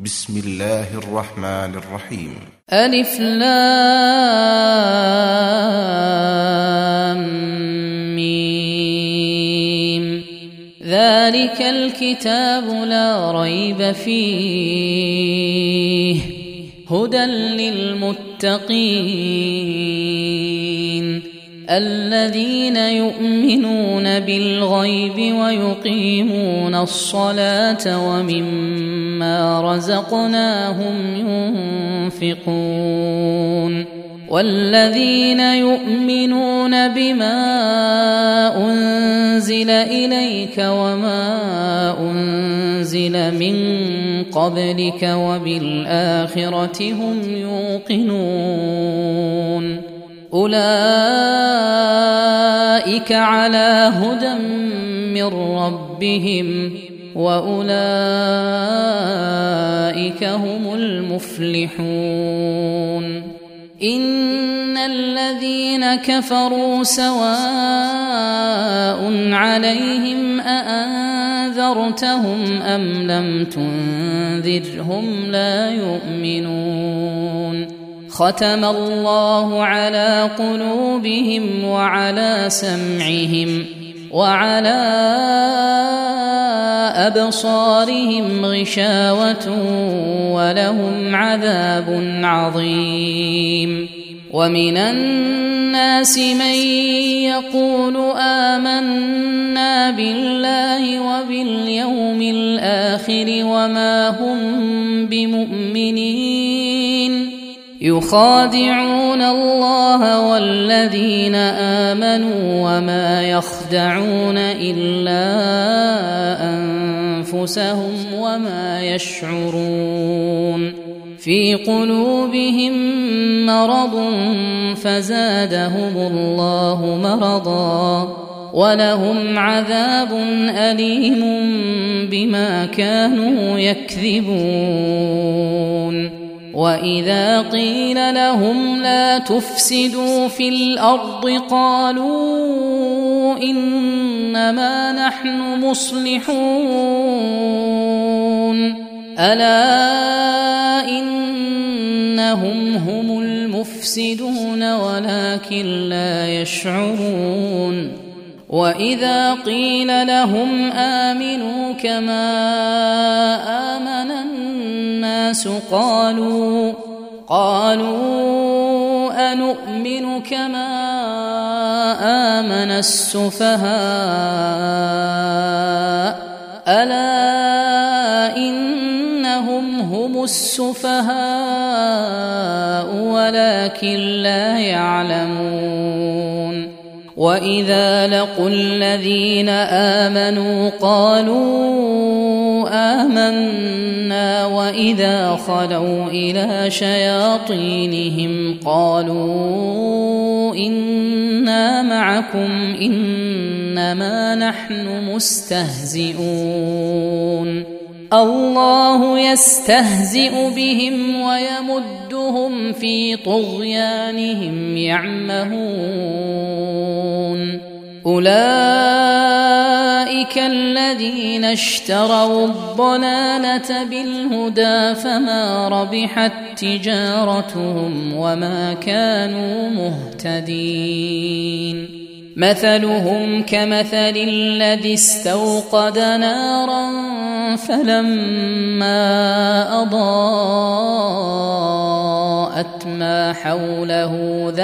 بسم الله الرحمن الرحيم. ألف لام ميم. ذلك الكتاب لا ريب فيه هدى للمتقين الذين يؤمنون بالغيب ويقيمون الصلاة ومما رزقناهم ينفقون والذين يؤمنون بما أنزل إليك وما أنزل من قبلك وبالآخرة هم يوقنون أولئك على هدى من ربهم وأولئك هم المفلحون. إن الذين كفروا سواء عليهم أأنذرتهم أم لم تنذرهم لا يؤمنون. ختم الله على قلوبهم وعلى سمعهم وعلى أبصارهم غشاوة ولهم عذاب عظيم. ومن الناس من يقول آمنا بالله وباليوم الآخر وما هم بمؤمنين يخادعون الله والذين آمنوا وما يخدعون إلا أنفسهم وما يشعرون. في قلوبهم مرض فزادهم الله مرضا ولهم عذاب أليم بما كانوا يكذبون. وإذا قيل لهم لا تفسدوا في الأرض قالوا إنما نحن مصلحون ألا إنهم هم المفسدون ولكن لا يشعرون. وإذا قيل لهم آمنوا كما آمن الناس قالوا أنؤمن كما آمن السفهاء ألا إنهم هم السفهاء ولكن لا يعلمون. وإذا لقوا الذين آمنوا قالوا آمنا وإذا خلوا إلى شياطينهم قالوا إنا معكم إنما نحن مستهزئون. الله يستهزئ بهم ويمدهم في طغيانهم يعمهون. أولئك الذين اشتروا الضلالة بالهدى فما ربحت تجارتهم وما كانوا مهتدين. مثلهم كمثل الذي استوقد نارا فلما أضاءت ما حوله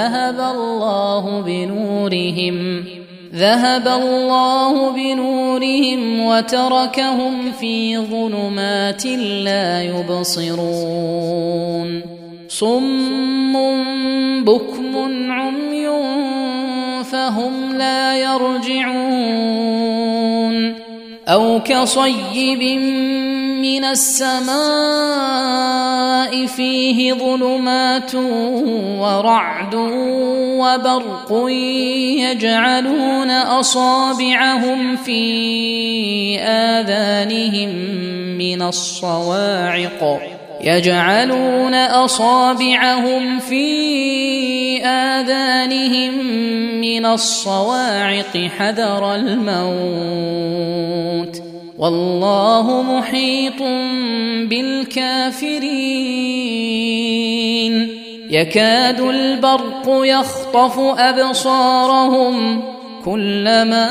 ذهب الله بنورهم وتركهم في ظلمات لا يبصرون. صم بكم عمي فهم لا يرجعون. أو كصيب من السماء فيه ظلمات ورعد وبرق يجعلون أصابعهم في آذانهم من الصواعق حذر الموت والله محيط بالكافرين يكاد البرق يخطف أبصارهم كلما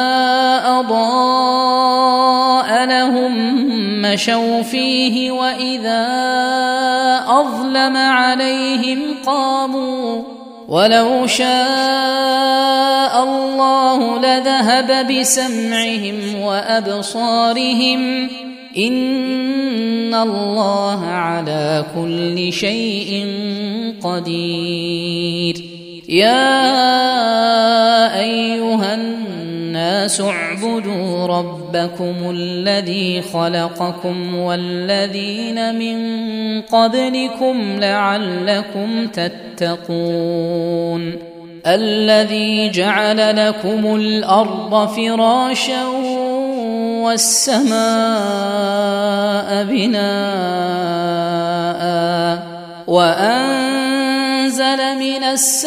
أضاء لهم مشوا فيه وإذا أظلم عليهم قاموا ولو شاء الله لذهب بسمعهم وأبصارهم إن الله على كل شيء قدير يا أيها الناس اعبدوا ربكم الذي خلقكم والذين من قبلكم لعلكم تتقون الذي جعل لكم الأرض فراشا والسماء بناء وأنزل من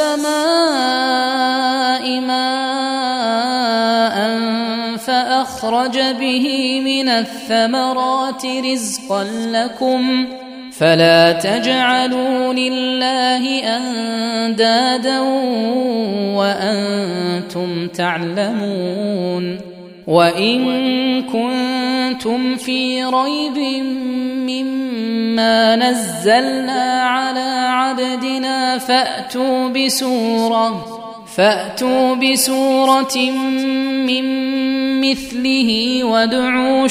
السماء ماء فأخرج به من الثمرات رزقا لكم فلا تجعلوا لله أندادا وأنتم تعلمون وإن كنتم في ريب مما نزلنا على عبدنا فأتوا بسورة من مثله وادعوا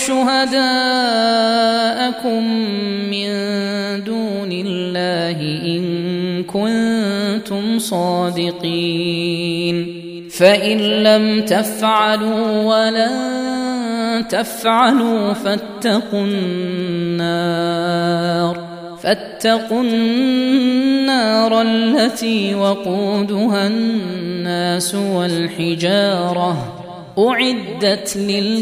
شهداءكم من دون الله إن كنتم صادقين فإن لم تفعلوا ولن تفعلوا فاتقوا النار التي وقودها الناس والحجارة أعدت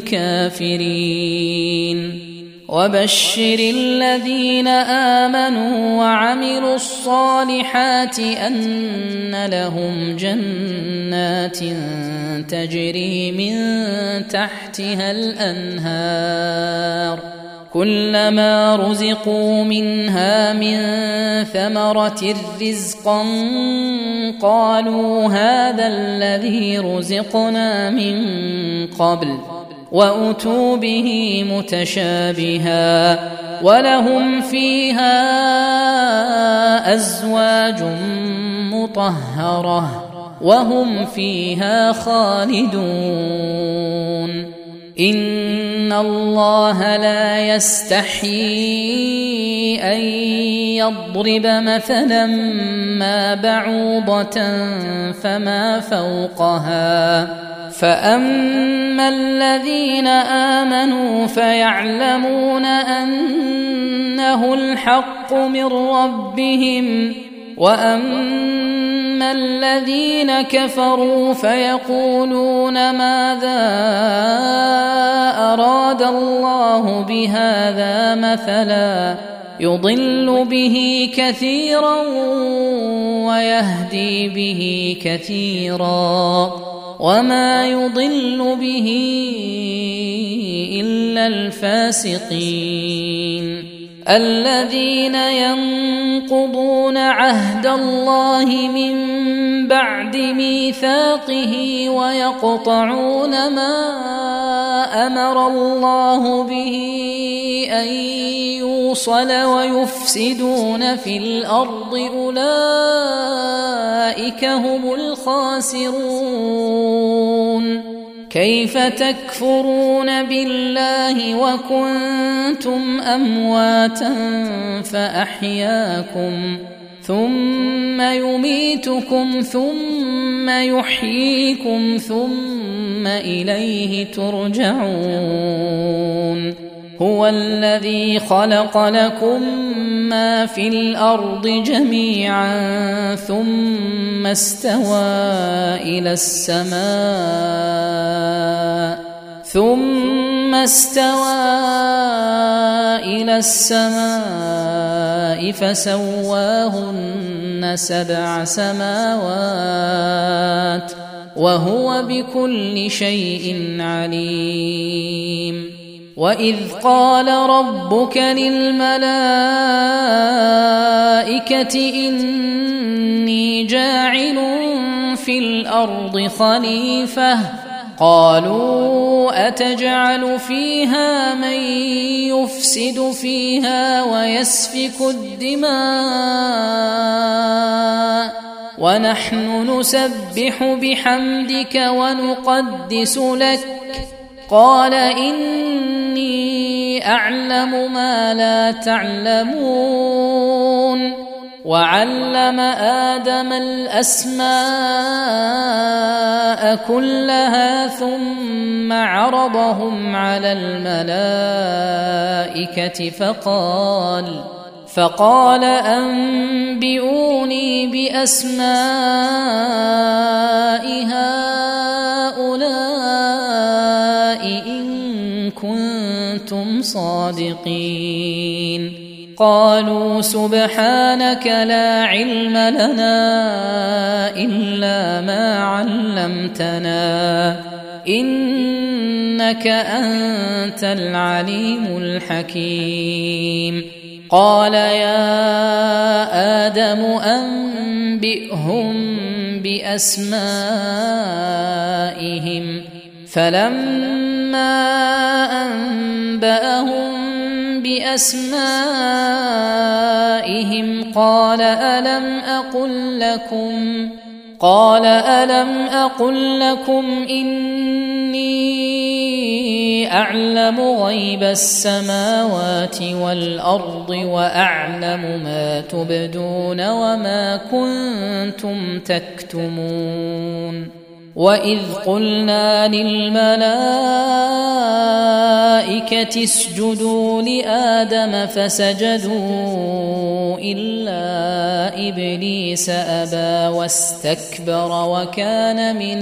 للكافرين وبشر الذين آمنوا وعملوا الصالحات أن لهم جنات تجري من تحتها الأنهار كلما رزقوا منها من ثمرة رزقا قالوا هذا الذي رزقنا من قبل وأتوا به متشابها ولهم فيها أزواج مطهرة وهم فيها خالدون إن الله لا يستحيي أن يضرب مثلا ما بعوضة فما فوقها فأما الذين آمنوا فيعلمون أنه الحق من ربهم وأما الذين كفروا فيقولون ماذا أراد الله بهذا مثلا يضل به كثيرا ويهدي به كثيرا وما يضل به إلا الفاسقين الذين ينقضون عهد الله من بعد ميثاقه ويقطعون ما أمر الله به أن يوصل ويفسدون في الأرض أولئك هم الخاسرون كيف تكفرون بالله وكنتم أمواتا فأحياكم ثم يميتكم ثم يحييكم ثم إليه ترجعون هو الذي خلق لكم ما في الأرض جميعا ثم استوى إلى السماء فسواهن 7 سماوات وهو بكل شيء عليم وإذ قال ربك للملائكة إني جاعل في الأرض خليفة قالوا أتجعل فيها من يفسد فيها ويسفك الدماء ونحن نسبح بحمدك ونقدس لك قال إني أعلم ما لا تعلمون وعلم آدم الأسماء كلها ثم عرضهم على الملائكة فقال أنبئوني بأسماء هؤلاء إن كنتم صادقين قالوا سبحانك لا علم لنا إلا ما علمتنا إنك أنت العليم الحكيم قال يا آدم أنبئهم بأسمائهم فلما أنبأهم بأسمائهم قال ألم أقل لكم إني أعلم غيب السماوات والأرض وأعلم ما تبدون وما كنتم تكتمون وإذ قلنا للملائكة اسجدوا لآدم فسجدوا إلا إبليس أبى واستكبر وكان من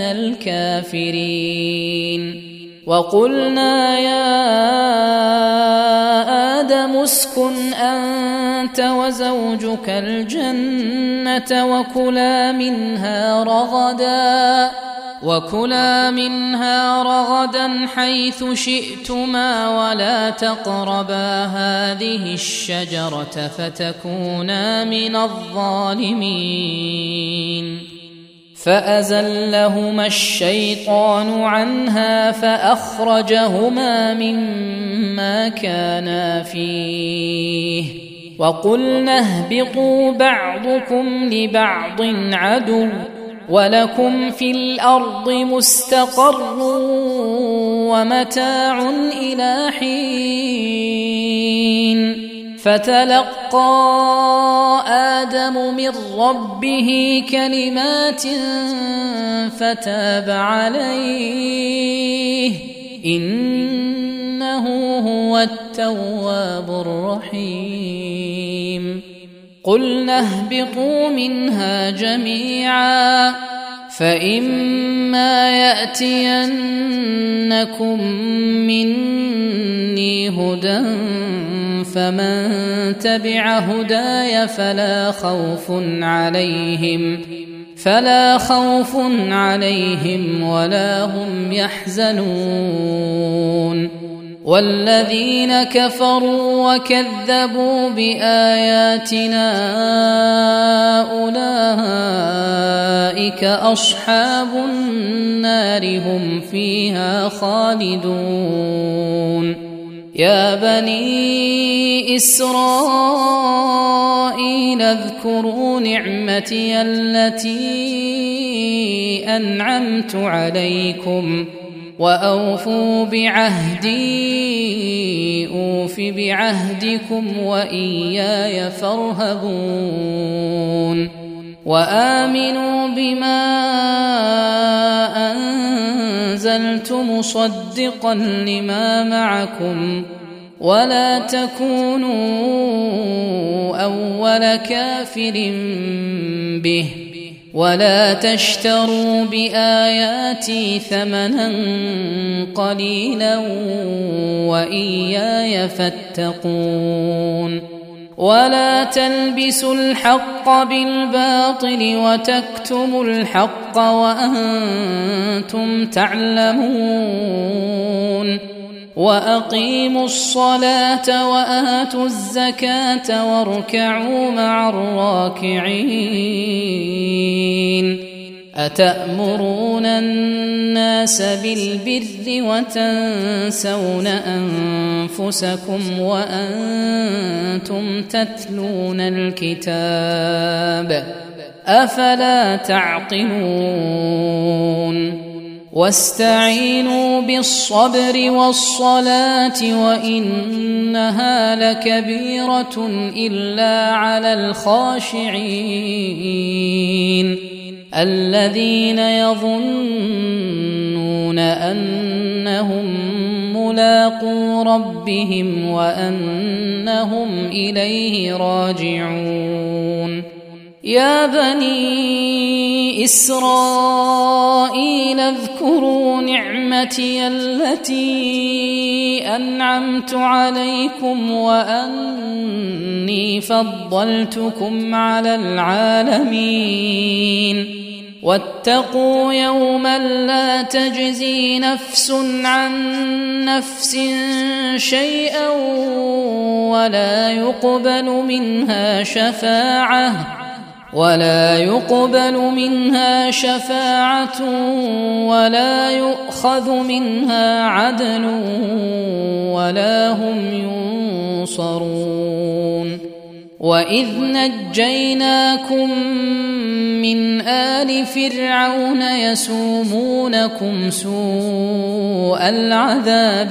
الكافرين وقلنا يا آدم اسكن أنت وزوجك الجنة وكلا منها رغدا حيث شئتما ولا تقربا هذه الشجرة فتكونا من الظالمين فأزلهما الشيطان عنها فأخرجهما مما كانا فيه وقلنا اهبطوا بعضكم لبعض عدو ولكم في الأرض مستقر ومتاع إلى حين فتلقى آدم من ربه كلمات فتاب عليه إنه هو التواب الرحيم قلنا اهبطوا منها جميعا فإما يأتينكم مني هدى فمن تبع هداي فلا خوف عليهم ولا هم يحزنون والذين كفروا وكذبوا بآياتنا أولئك أصحاب النار هم فيها خالدون يا بني إسرائيل اذكروا نعمتي التي أنعمت عليكم وأوفوا بعهدي أوف بعهدكم وإياي فارهبون وآمنوا بما أنزلت مصدقا لما معكم ولا تكونوا أول كافر به ولا تشتروا بآياتي ثمنا قليلا وإياي فاتقون ولا تلبسوا الحق بالباطل وتكتموا الحق وأنتم تعلمون وأقيموا الصلاة وآتوا الزكاة واركعوا مع الراكعين أتأمرون الناس بالبر وتنسون أنفسكم وأنتم تتلون الكتاب أفلا تعقلون واستعينوا بالصبر والصلاة وإنها لكبيرة إلا على الخاشعين الذين يظنون أنهم ملاقو ربهم وأنهم إليه راجعون يا بني إسرائيل اذكروا نعمتي التي أنعمت عليكم وأني فضلتكم على العالمين واتقوا يوما لا تجزي نفس عن نفس شيئا ولا يقبل منها شفاعة ولا يؤخذ منها عدل ولا هم ينصرون وإذ نجيناكم من آل فرعون يسومونكم سوء العذاب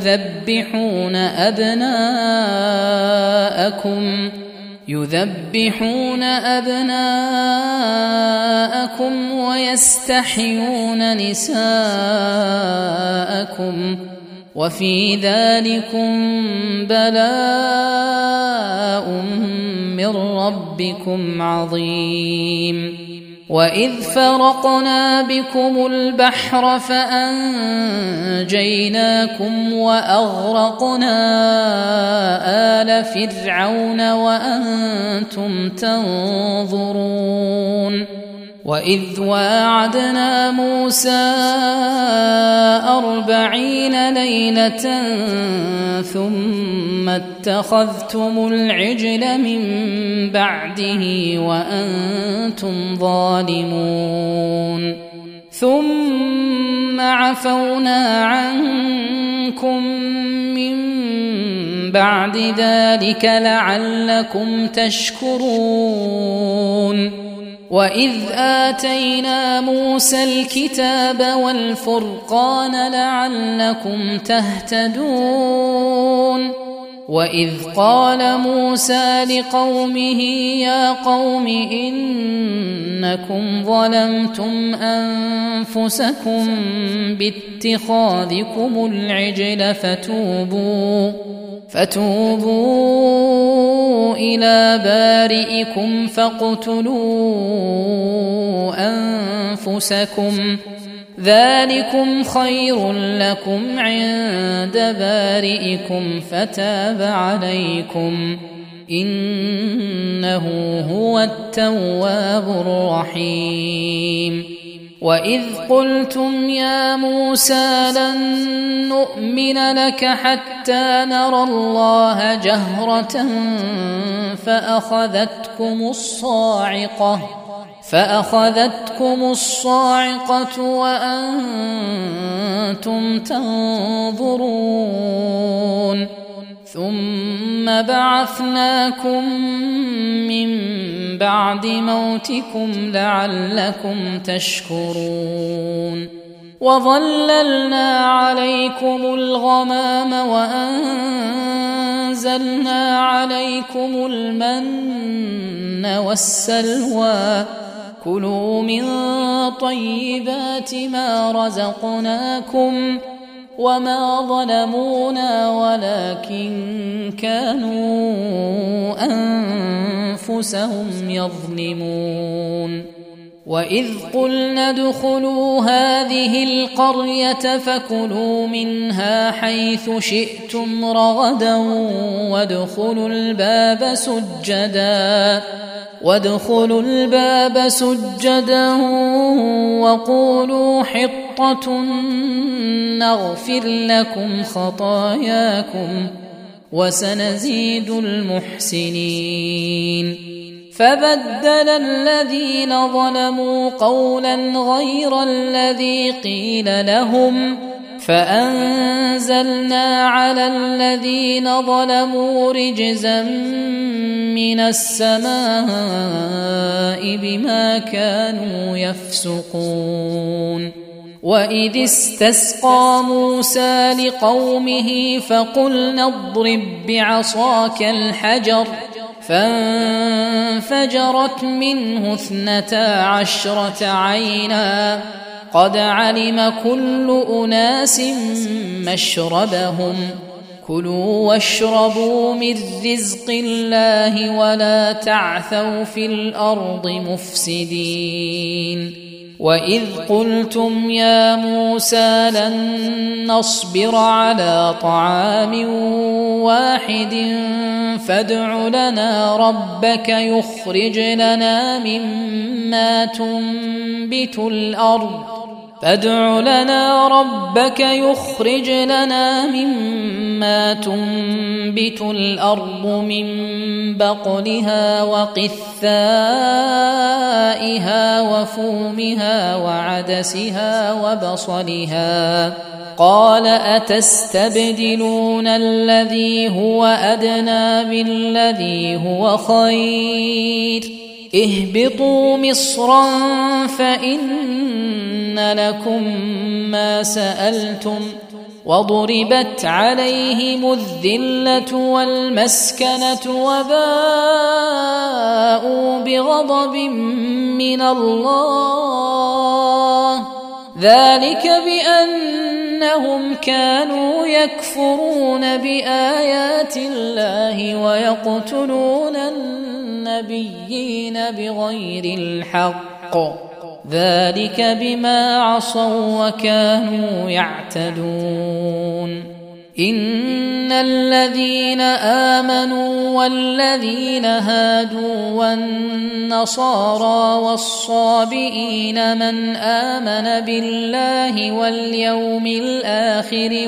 يذبحون أبناءكم ويستحيون نساءكم وفي ذلكم بلاء من ربكم عظيم وإذ فرقنا بكم البحر فأنجيناكم وأغرقنا آل فرعون وأنتم تنظرون وإذ واعدنا موسى 40 ليلة ثم اتخذتم العجل من بعده وأنتم ظالمون ثم عفونا عنكم من بعد ذلك لعلكم تشكرون وإذ آتينا موسى الكتاب والفرقان لعلكم تهتدون وإذ قال موسى لقومه يا قوم إنكم ظلمتم أنفسكم باتخاذكم العجل فتوبوا إلى بارئكم فاقتلوا أنفسكم ذلكم خير لكم عند بارئكم فتاب عليكم إنه هو التواب الرحيم وإذ قلتم يا موسى لن نؤمن لك حتى نرى الله جهرة فأخذتكم الصاعقة وأنتم تنظرون ثم بعثناكم من بعد موتكم لعلكم تشكرون وظللنا عليكم الغمام وأنزلنا عليكم المن والسلوى كلوا من طيبات ما رزقناكم وما ظلمونا ولكن كانوا أنفسهم يظلمون وإذ قلنا ادخلوا هذه القرية فكلوا منها حيث شئتم رغدا وادخلوا الباب سجدا وقولوا حطة نغفر لكم خطاياكم وسنزيد المحسنين. فبدل الذين ظلموا قولا غير الذي قيل لهم فأنزلنا على الذين ظلموا رجزا من السماء بما كانوا يفسقون. وإذ استسقى موسى لقومه فقلنا اضرب بعصاك الحجر فانفجرت منه 12 عينا قد علم كل أناس مشربهم كلوا واشربوا من رزق الله ولا تعثوا في الأرض مفسدين. وإذ قلتم يا موسى لن نصبر على طعام واحد فادع لنا ربك يخرج لنا مما تنبت الأرض من بقلها وقثائها وفومها وعدسها وبصلها قال أتستبدلون الذي هو أدنى بالذي هو خير اهبطوا مصرا فإن لكم ما سألتم وضربت عليهم الذلة والمسكنة وباءوا بغضب من الله ذلك بأنهم كانوا يكفرون بآيات الله ويقتلون النبيين بغير الحق ذلك بما عصوا وكانوا يعتدون. إن الذين آمنوا والذين هادوا والنصارى والصابئين من آمن بالله واليوم الآخر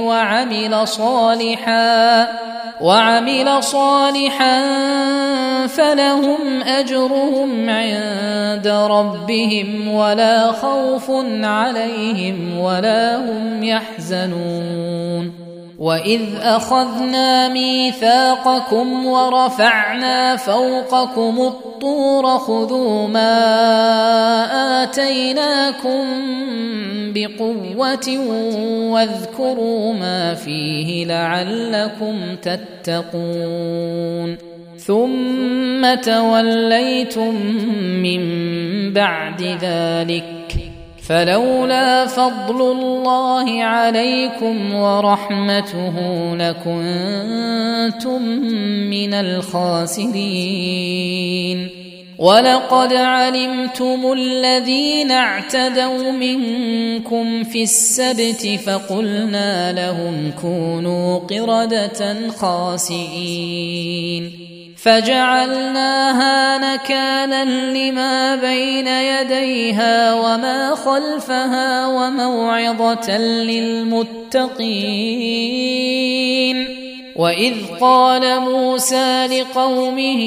وعمل صالحا فلهم أجرهم عند ربهم ولا خوف عليهم ولا هم يحزنون. وإذ أخذنا ميثاقكم ورفعنا فوقكم الطور خذوا ما آتيناكم بقوة واذكروا ما فيه لعلكم تتقون. ثم توليتم من بعد ذلك فلولا فضل الله عليكم ورحمته لكنتم من الخاسرين. ولقد علمتم الذين اعتدوا منكم في السبت فقلنا لهم كونوا قردة خاسئين فجعلناها نكالا لما بين يديها وما خلفها وموعظة للمتقين. وإذ قال موسى لقومه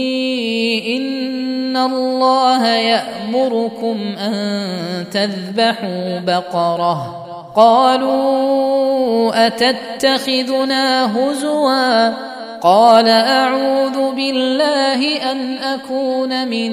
إن الله يأمركم أن تذبحوا بقرة قالوا أتتخذنا هزوا قال أعوذ بالله أن أكون من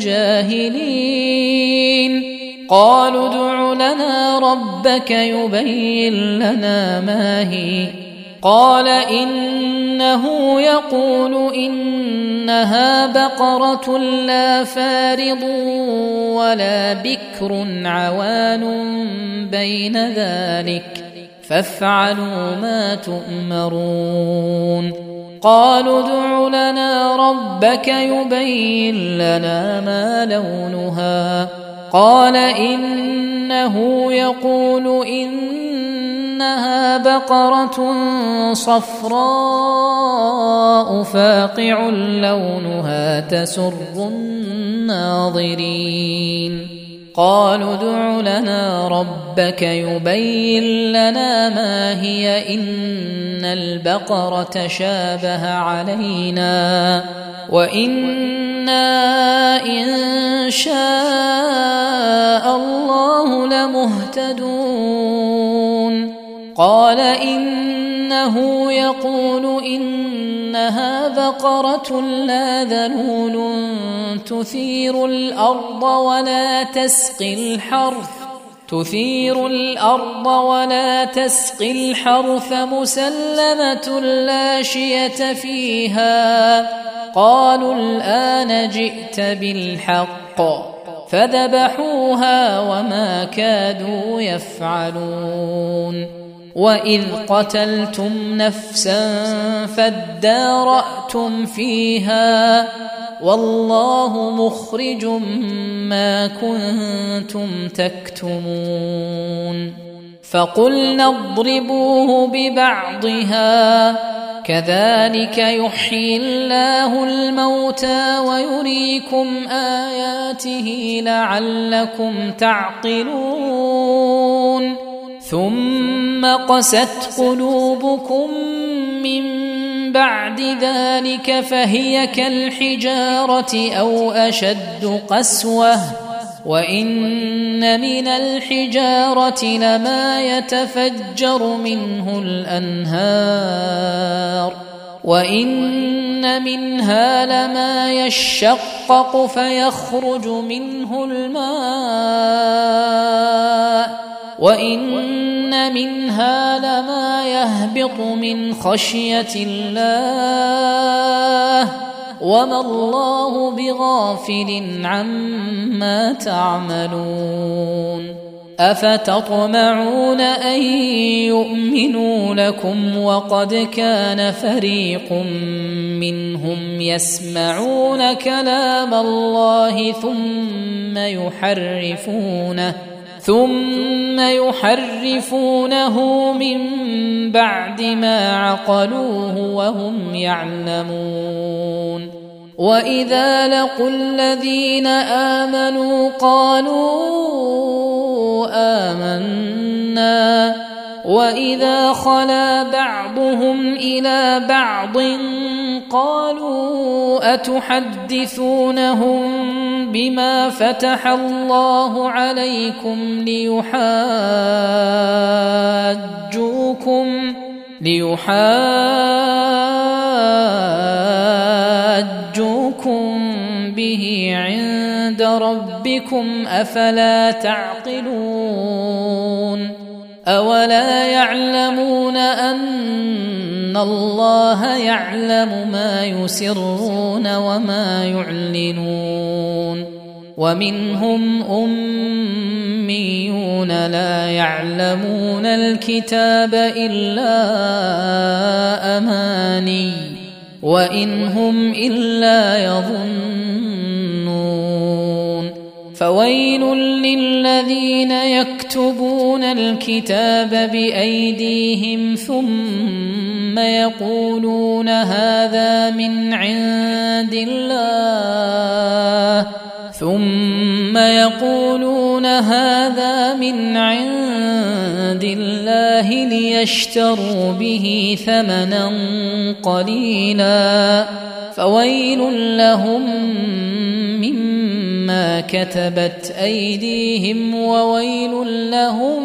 الجاهلين. قالوا ادع لنا ربك يبين لنا ما هي قال إنه يقول إنها بقرة لا فارض ولا بكر عوان بين ذلك فافعلوا ما تؤمرون. قالوا ادع لنا ربك يبين لنا ما لونها قال إنه يقول إنها بقرة صفراء فاقع لونها تسر الناظرين قالوا ادع لنا ربك يبين لنا ما هي إن البقرة شابه علينا وإنا إن شاء الله لمهتدون قال إنه يقول إنها بقرة لا ذلول تثير الأرض ولا تسقي الحرث مسلمة لا شية فيها قالوا الآن جئت بالحق فذبحوها وما كادوا يفعلون وإذ قتلتم نفسا فادارأتم فيها والله مخرج ما كنتم تكتمون فقلنا اضربوه ببعضها كذلك يحيي الله الموتى ويريكم آياته لعلكم تعقلون ثم قست قلوبكم من بعد ذلك فهي كالحجارة أو أشد قسوة وإن من الحجارة لما يتفجر منه الأنهار وإن منها لما يشقق فيخرج منه الماء وإن منها لما يهبط من خشية الله وما الله بغافل عما تعملون أفتطمعون أن يؤمنوا لكم وقد كان فريق منهم يسمعون كلام الله ثم يحرفونه من بعد ما عقلوه وهم يعلمون وإذا لقوا الذين آمنوا قالوا آمنا وإذا خلا بعضهم إلى بعض قالوا أتحدثونهم بما فتح الله عليكم ليحاجوكم به عند ربكم أفلا تعقلون أولا يعلمون أن الله يعلم ما يسرون وما يعلنون ومنهم أميون لا يعلمون الكتاب إلا أماني وإن هم إلا يظنون فويل للذين يكتبون الكتاب بأيديهم ثم يقولون هذا من عند الله ليشتروا به ثمنا قليلا فويل لهم مما كتبت أيديهم وويل لهم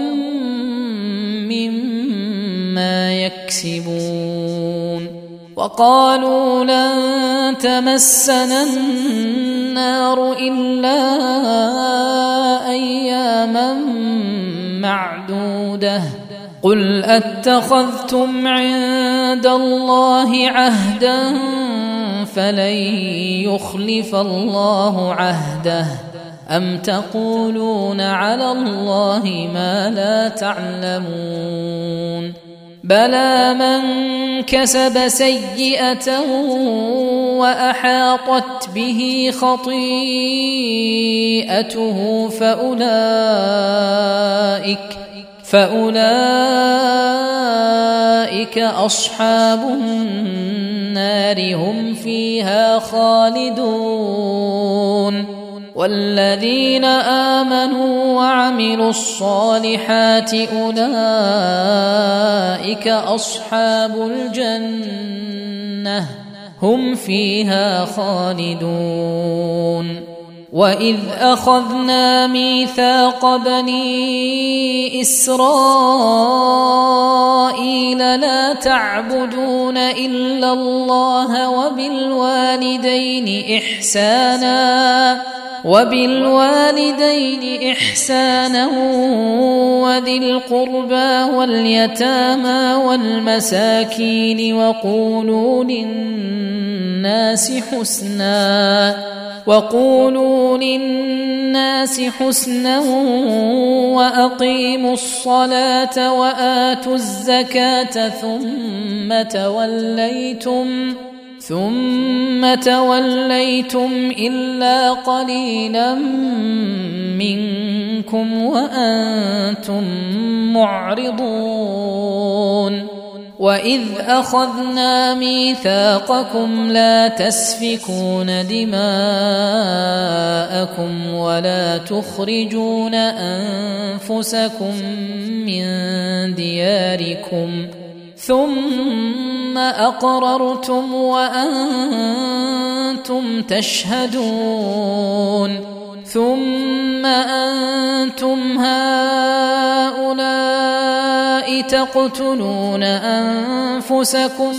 مما يكسبون وقالوا لن تمسنا النار إلا أياما معدودة قل أتخذتم عند الله عهدا فلن يخلف الله عهده أم تقولون على الله ما لا تعلمون بلى من كسب سيئة وأحاطت به خطيئته فأولئك أصحاب النار هم فيها خالدون والذين آمنوا وعملوا الصالحات أولئك أصحاب الجنة هم فيها خالدون وإذ أخذنا ميثاق بني إسرائيل لا تعبدون إلا الله وبالوالدين إحسانا وذي القربى واليتامى والمساكين وقولوا للناس حسنا وأقيموا الصلاة وآتوا الزكاة ثم توليتم إلا قليلا منكم وأنتم معرضون وإذ أخذنا ميثاقكم لا تسفكون دماءكم ولا تخرجون أنفسكم من دياركم ثم أقررتم وأنتم تشهدون ثم أنتم هؤلاء تقتلون أنفسكم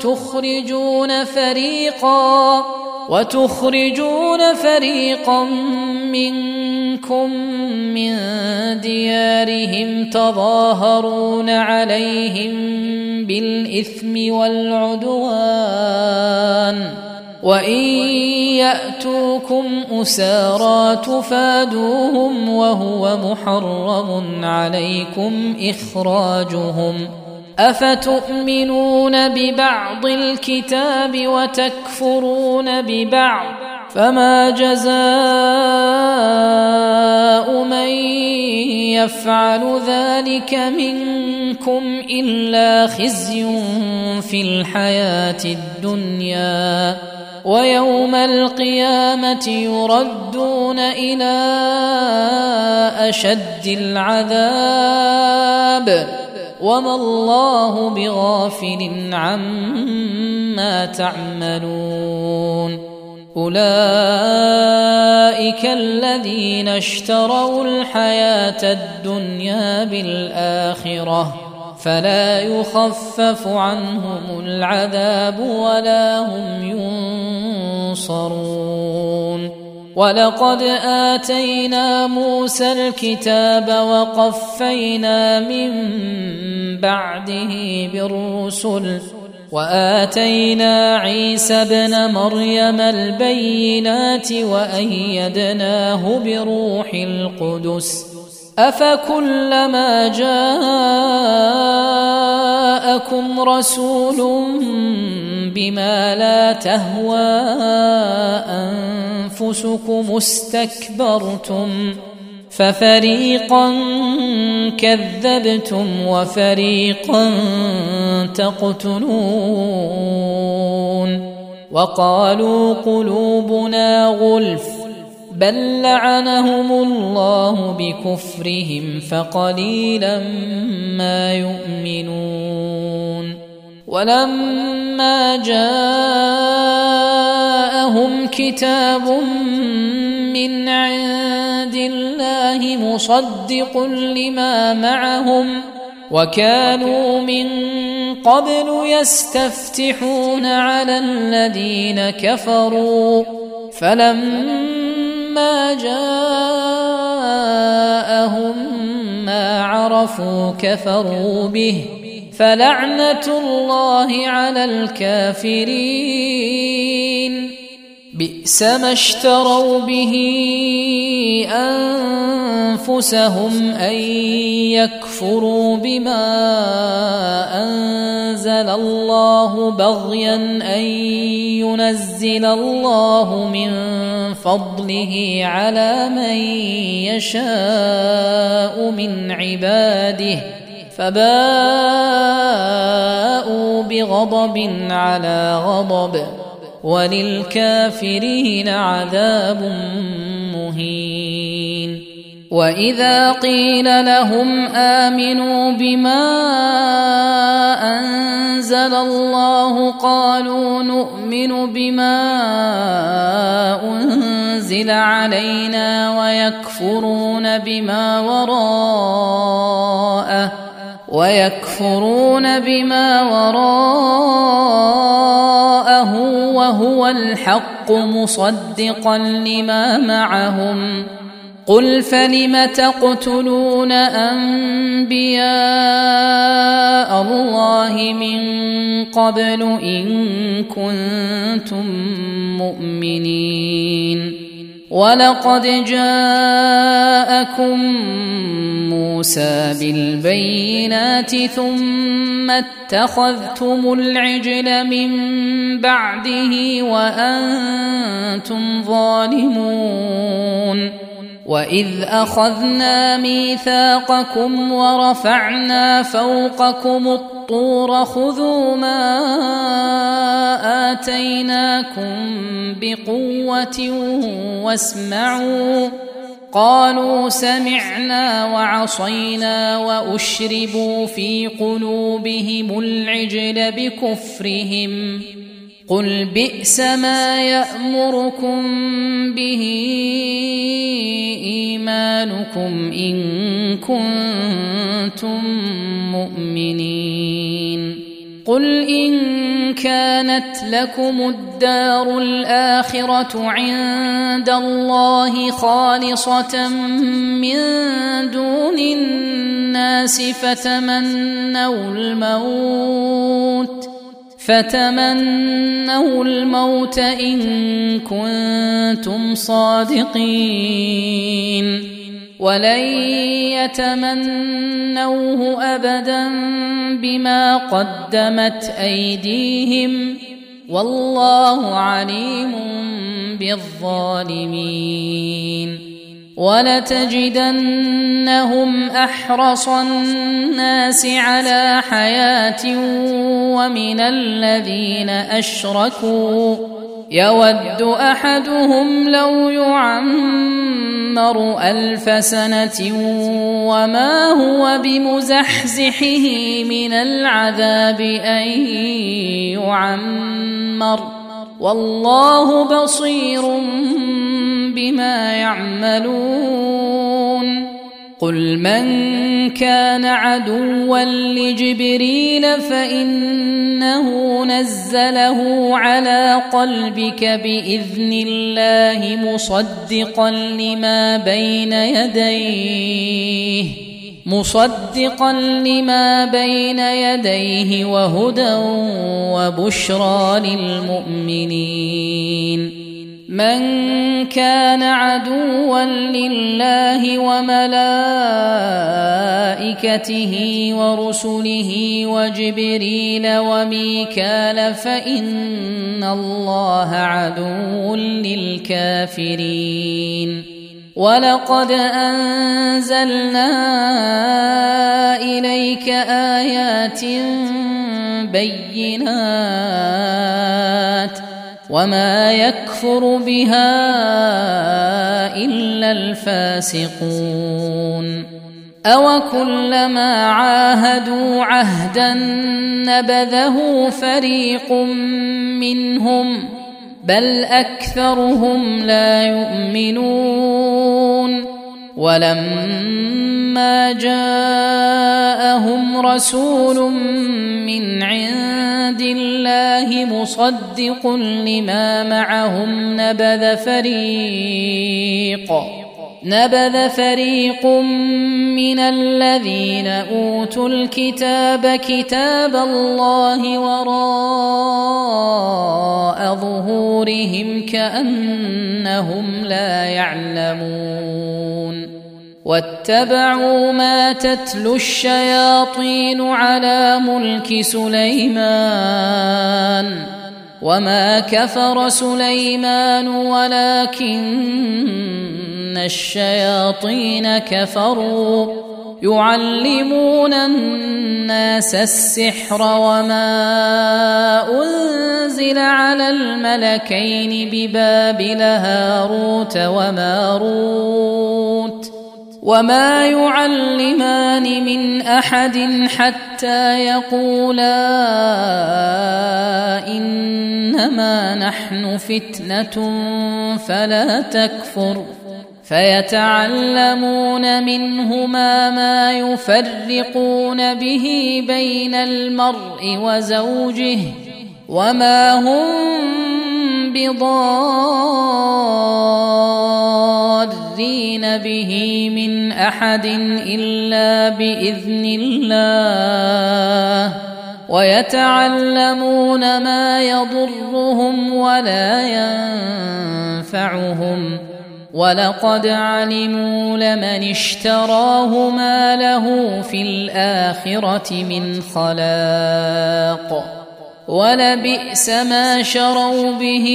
وتخرجون فريقا منكم من ديارهم تظاهرون عليهم بالإثم والعدوان وإن يأتوكم أسارى تفادوهم وهو محرم عليكم إخراجهم أفتؤمنون ببعض الكتاب وتكفرون ببعض فما جزاء من يفعل ذلك منكم إلا خزي في الحياة الدنيا ويوم القيامة يردون إلى أشد العذاب وما الله بغافل عما تعملون أولئك الذين اشتروا الحياة الدنيا بالآخرة فلا يخفف عنهم العذاب ولا هم ينصرون ولقد آتينا موسى الكتاب وقفينا من بعده بالرسل وآتينا عيسى ابن مريم البينات وأيدناه بروح القدس أفكلما جاءكم رسول بما لا تهوى أنفسكم استكبرتم ففريقا كذبتم وفريقا تقتلون وقالوا قلوبنا غلف بل لعنهم الله بكفرهم فقليلا ما يؤمنون ولما جاءهم كتاب من عند الله مصدق لما معهم وكانوا من قبل يستفتحون على الذين كفروا فلما جاءهم ما عرفوا كفروا به فلعنة الله على الكافرين بئس ما اشتروا به أنفسهم أن يكفروا بما أنزل الله بغيا أن ينزل الله من فضله على من يشاء من عباده فباءوا بغضب على غضب وللكافرين عذاب مهين. وإذا قيل لهم آمنوا بما أنزل الله قالوا نؤمن بما أنزل علينا ويكفرون بما وراءه وهو الحق مصدقا لما معهم قل فلم تقتلون أنبياء الله من قبل إن كنتم مؤمنين ولقد جاءكم موسى بالبينات ثم اتخذتم العجل من بعده وأنتم ظالمون وإذ أخذنا ميثاقكم ورفعنا فوقكم الطور خذوا ما آتيناكم بقوة واسمعوا قالوا سمعنا وعصينا وأشربوا في قلوبهم العجل بكفرهم قل بئس ما يأمركم به إيمانكم إن كنتم مؤمنين قل إن كانت لكم الدار الآخرة عند الله خالصة من دون الناس فتمنوا الموت إن كنتم صادقين ولن يتمنوه أبدا بما قدمت أيديهم والله عليم بالظالمين ولتجدنهم أحرص الناس على حياة ومن الذين أشركوا يود أحدهم لو يعمر 1000 سنة وما هو بمزحزحه من العذاب أن يعمر والله بصير بما يعملون قل من كان عدوا لجبريل فإنه نزله على قلبك بإذن الله مصدقا لما بين يديه وهدى وبشرى للمؤمنين من كان عدوا لله وملائكته ورسله وجبريل وميكال فإن الله عدو للكافرين ولقد أنزلنا إليك آيات بينات وما يكفر بها إلا الفاسقون أوكلما عاهدوا عهدا نبذه فريق منهم بل أكثرهم لا يؤمنون ولما جاءهم رسول من عند الله مصدق لما معهم نبذ فريق من الذين أوتوا الكتاب كتاب الله وراء ظهورهم كأنهم لا يعلمون واتبعوا ما تتلو الشياطين على ملك سليمان وما كفر سليمان ولكن الشياطين كفروا يعلمون الناس السحر وما أنزل على الملكين ببابل هاروت وماروت وما يعلمان من أحد حتى يقولا إنما نحن فتنة فلا تكفر فيتعلمون منهما ما يفرقون به بين المرء وزوجه وما هم بضارين به من أحد إلا بإذن الله ويتعلمون ما يضرهم ولا ينفعهم ولقد علموا لمن اشتراه ما له في الآخرة من خلاق ولبئس ما شروا به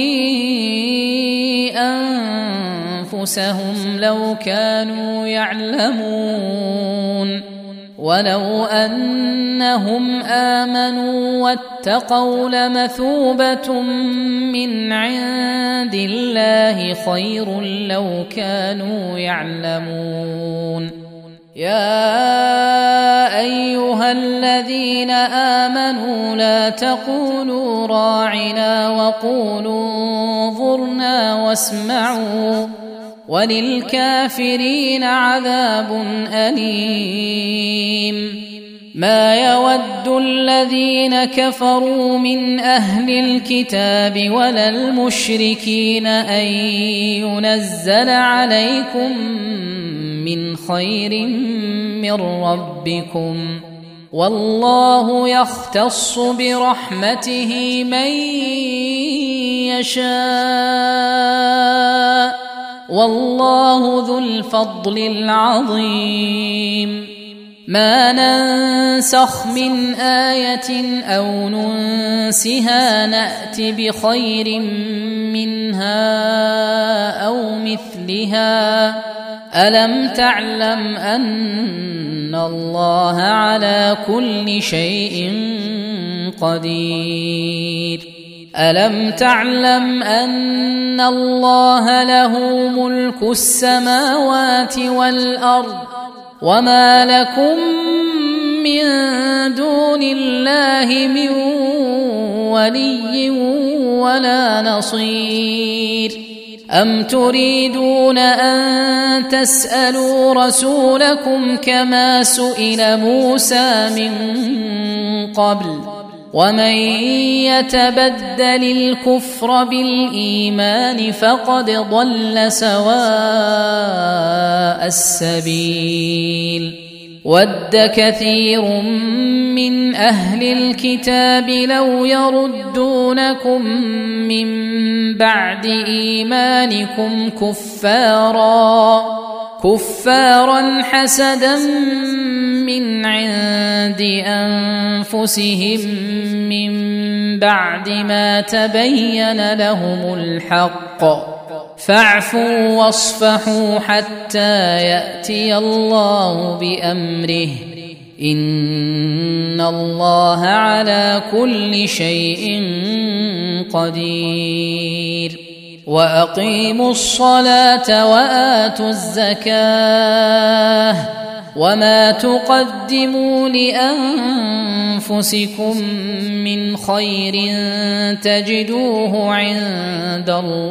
أنفسهم لو كانوا يعلمون ولو أنهم آمنوا واتقوا لمثوبة من عند الله خير لو كانوا يعلمون يا أيها الذين آمنوا لا تقولوا راعنا وقولوا انظرنا واسمعوا وللكافرين عذاب أليم ما يود الذين كفروا من أهل الكتاب ولا المشركين أن ينزل عليكم من خير من ربكم والله يختص برحمته من يشاء والله ذو الفضل العظيم ما ننسخ من آية أو ننسها نأت بخير منها أو مثلها ألم تعلم أن الله على كل شيء قدير ألم تعلم أن الله له ملك السماوات والأرض وما لكم من دون الله من ولي ولا نصير أم تريدون أن تسألوا رسولكم كما سئل موسى من قبل ومن يتبدل الكفر بالإيمان فقد ضل سواء السبيل ود كثير من أهل الكتاب لو يردونكم من بعد إيمانكم كفارا حسدا من عند أنفسهم من بعد ما تبين لهم الحق فاعفوا واصفحوا حتى يأتي الله بأمره إن الله على كل شيء قدير وأقيموا الصلاة وآتوا الزكاة وما تقدموا لأنفسكم من خير تجدوه عند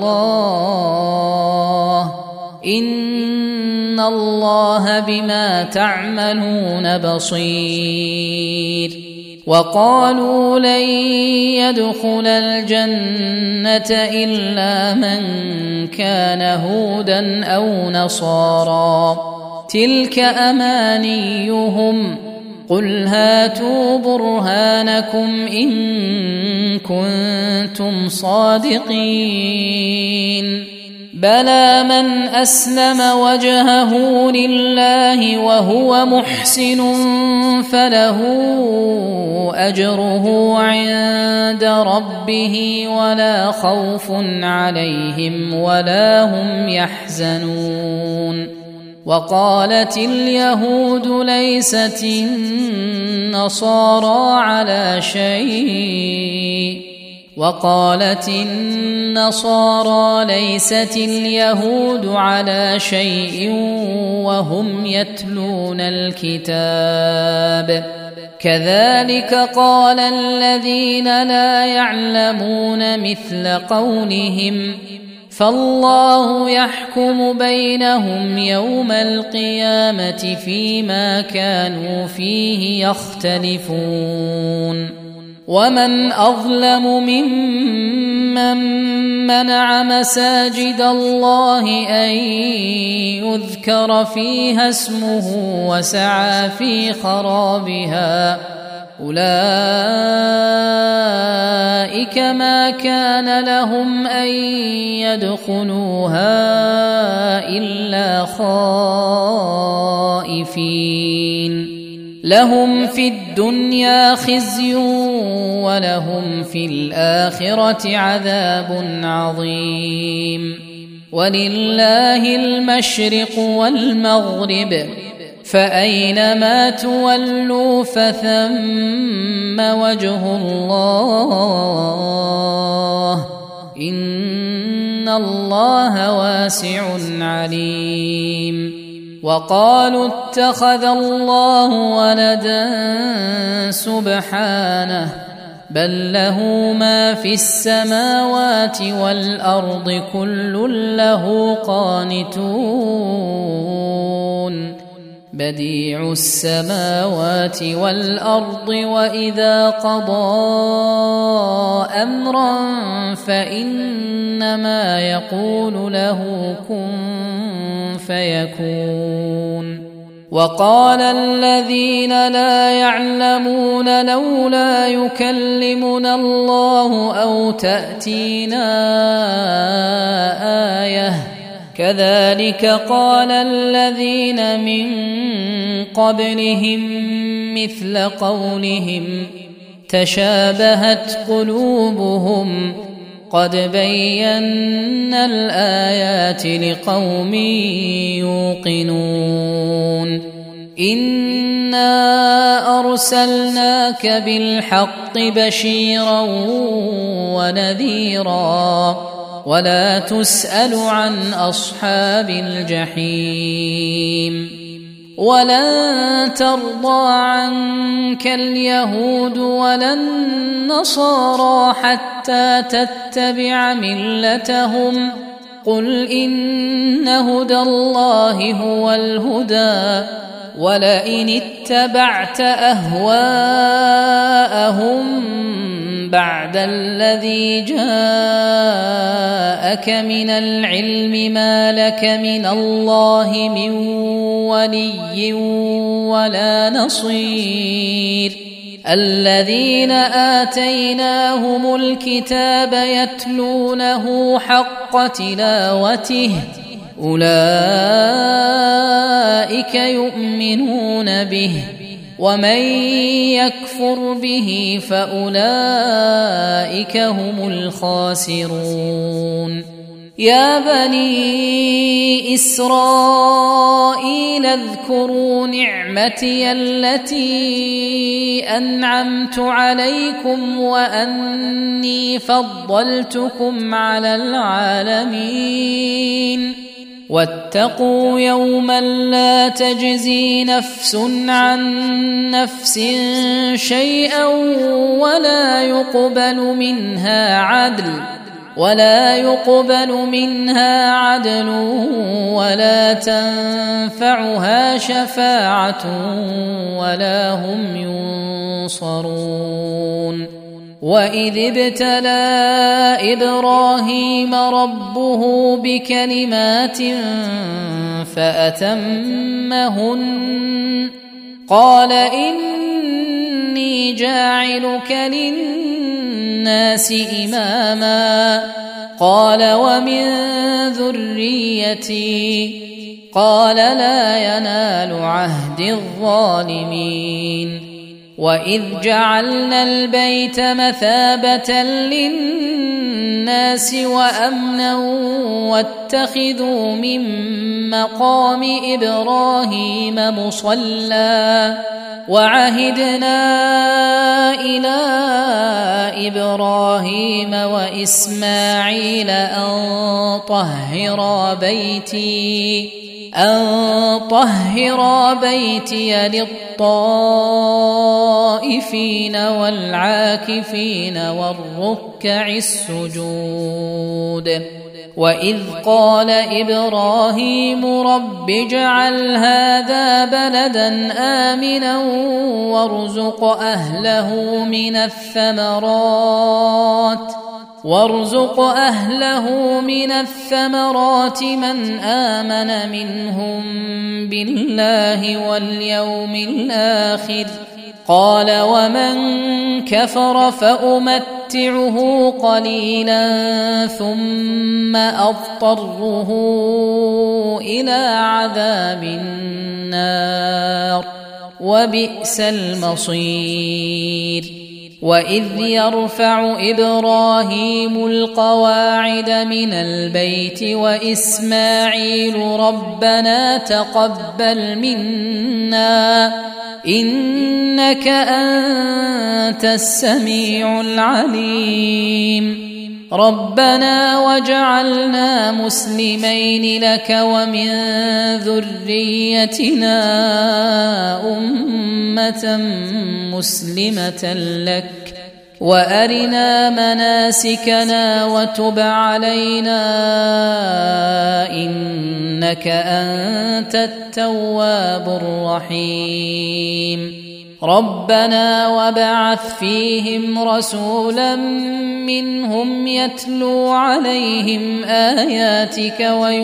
الله إن الله بما تعملون بصير وقالوا لن يدخل الجنة إلا من كان هودا أو نصارى تلك أمانيهم قل هاتوا برهانكم إن كنتم صادقين بلى من أسلم وجهه لله وهو محسن فله أجره عند ربه ولا خوف عليهم ولا هم يحزنون وقالت اليهود ليست النصارى على شيء وقالت النصارى ليست اليهود على شيء وهم يتلون الكتاب كذلك قال الذين لا يعلمون مثل قولهم فالله يحكم بينهم يوم القيامة فيما كانوا فيه يختلفون ومن أظلم ممن منع مساجد الله أن يذكر فيها اسمه وسعى في خرابها أولئك ما كان لهم أن يدخلوها إلا خائفين لهم في الدنيا خزي ولهم في الآخرة عذاب عظيم ولله المشرق والمغرب فأينما تولوا فثم وجه الله إن الله واسع عليم وقالوا اتخذ الله ولدا سبحانه بل له ما في السماوات والأرض كل له قانتون بديع السماوات والأرض وإذا قضى أمرا فإنما يقول له كن فيكون وقال الذين لا يعلمون لولا يكلمنا الله أو تأتينا آية كذلك قال الذين من قبلهم مثل قولهم تشابهت قلوبهم قد بينا الآيات لقوم يوقنون إنا أرسلناك بالحق بشيرا ونذيرا ولا تسأل عن أصحاب الجحيم ولن ترضى عنك اليهود ولا النصارى حتى تتبع ملتهم قل إن هدى الله هو الهدى ولئن اتبعت أهواءهم بعد الذي جاءك من العلم ما لك من الله من ولي ولا نصير الذين آتيناهم الكتاب يتلونه حق تلاوته أولئك يؤمنون به ومن يكفر به فأولئك هم الخاسرون يا بني إسرائيل اذكروا نعمتي التي أنعمت عليكم وأني فضلتكم على العالمين واتقوا يوما لا تجزي نفس عن نفس شيئا ولا يقبل منها عدل ولا يقبل منها عدل ولا تنفعها شفاعة ولا هم ينصرون وإذ ابتلى إبراهيم ربه بكلمات فأتمهن قال إني جاعلك للناس إماما قال ومن ذريتي قال لا ينال عهد الظالمين وإذ جعلنا البيت مثابة للناس وأمنا واتخذوا من مقام إبراهيم مصلى وعهدنا إلى إبراهيم وإسماعيل أن طهرا بيتي للطائفين والعاكفين والركع السجود وإذ قال إبراهيم رب اجعل هذا بلدا آمنا وارزق أهله من الثمرات من آمن منهم بالله واليوم الآخر قال ومن كفر فأمتعه قليلا ثم أضطره إلى عذاب النار وبئس المصير وإذ يرفع إبراهيم القواعد من البيت وإسماعيل ربنا تقبل منا إنك أنت السميع العليم ربنا واجعلنا مسلمين لك ومن ذريتنا أمة مسلمة لك وأرنا مناسكنا وتب علينا إنك أنت التواب الرحيم ربنا وابعث فيهم رسولا منهم يتلو عليهم آياتك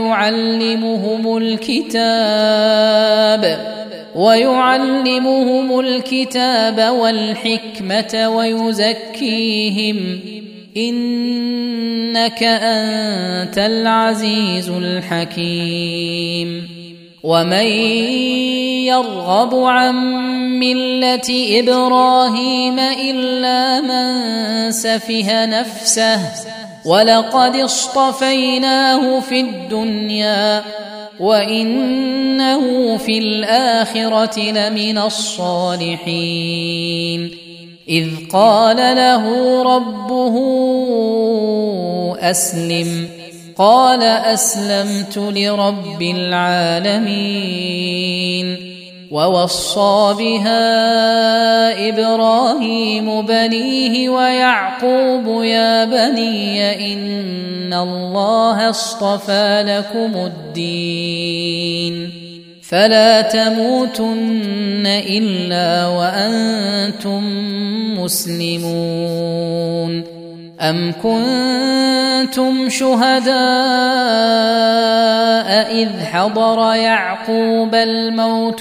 ويعلمهم الكتاب والحكمة ويزكيهم إنك أنت العزيز الحكيم ومن يرغب عن ملة إبراهيم إلا من سفه نفسه ولقد اصطفيناه في الدنيا وإنه في الآخرة لمن الصالحين إذ قال له ربه أسلم قال أسلمت لرب العالمين ووصى بها إبراهيم بنيه ويعقوب يا بني إن الله اصطفى لكم الدين فلا تموتن إلا وأنتم مسلمون أم كنتم شهداء إذ حضر يعقوب الموت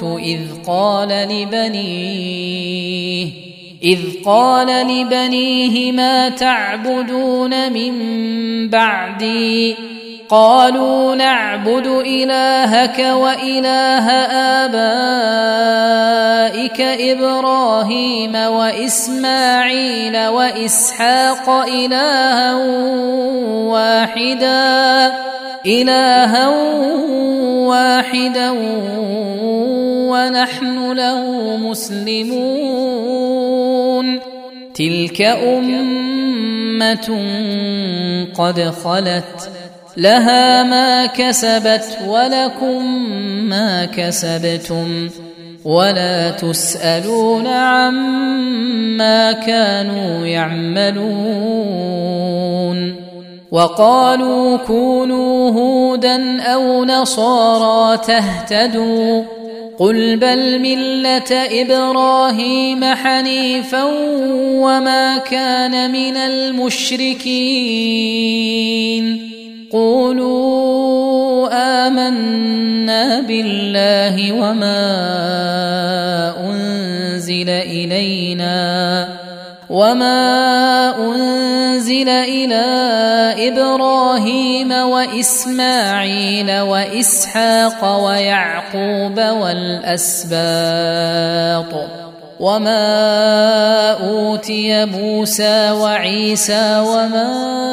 إذ قال لبنيه ما تعبدون من بعدي قالوا نعبد إلهك وإله آبائك إبراهيم وإسماعيل وإسحاق إلها واحدا ونحن له مسلمون تلك أمة قد خلت لها ما كسبت ولكم ما كسبتم ولا تسألون عما كانوا يعملون وقالوا كونوا هودا أو نصارى تهتدوا قل بل ملة إبراهيم حنيفا وما كان من المشركين قولوا آمنا بالله وما أنزل إلى إبراهيم وإسماعيل وإسحاق ويعقوب والأسباط وما أوتي موسى وعيسى وما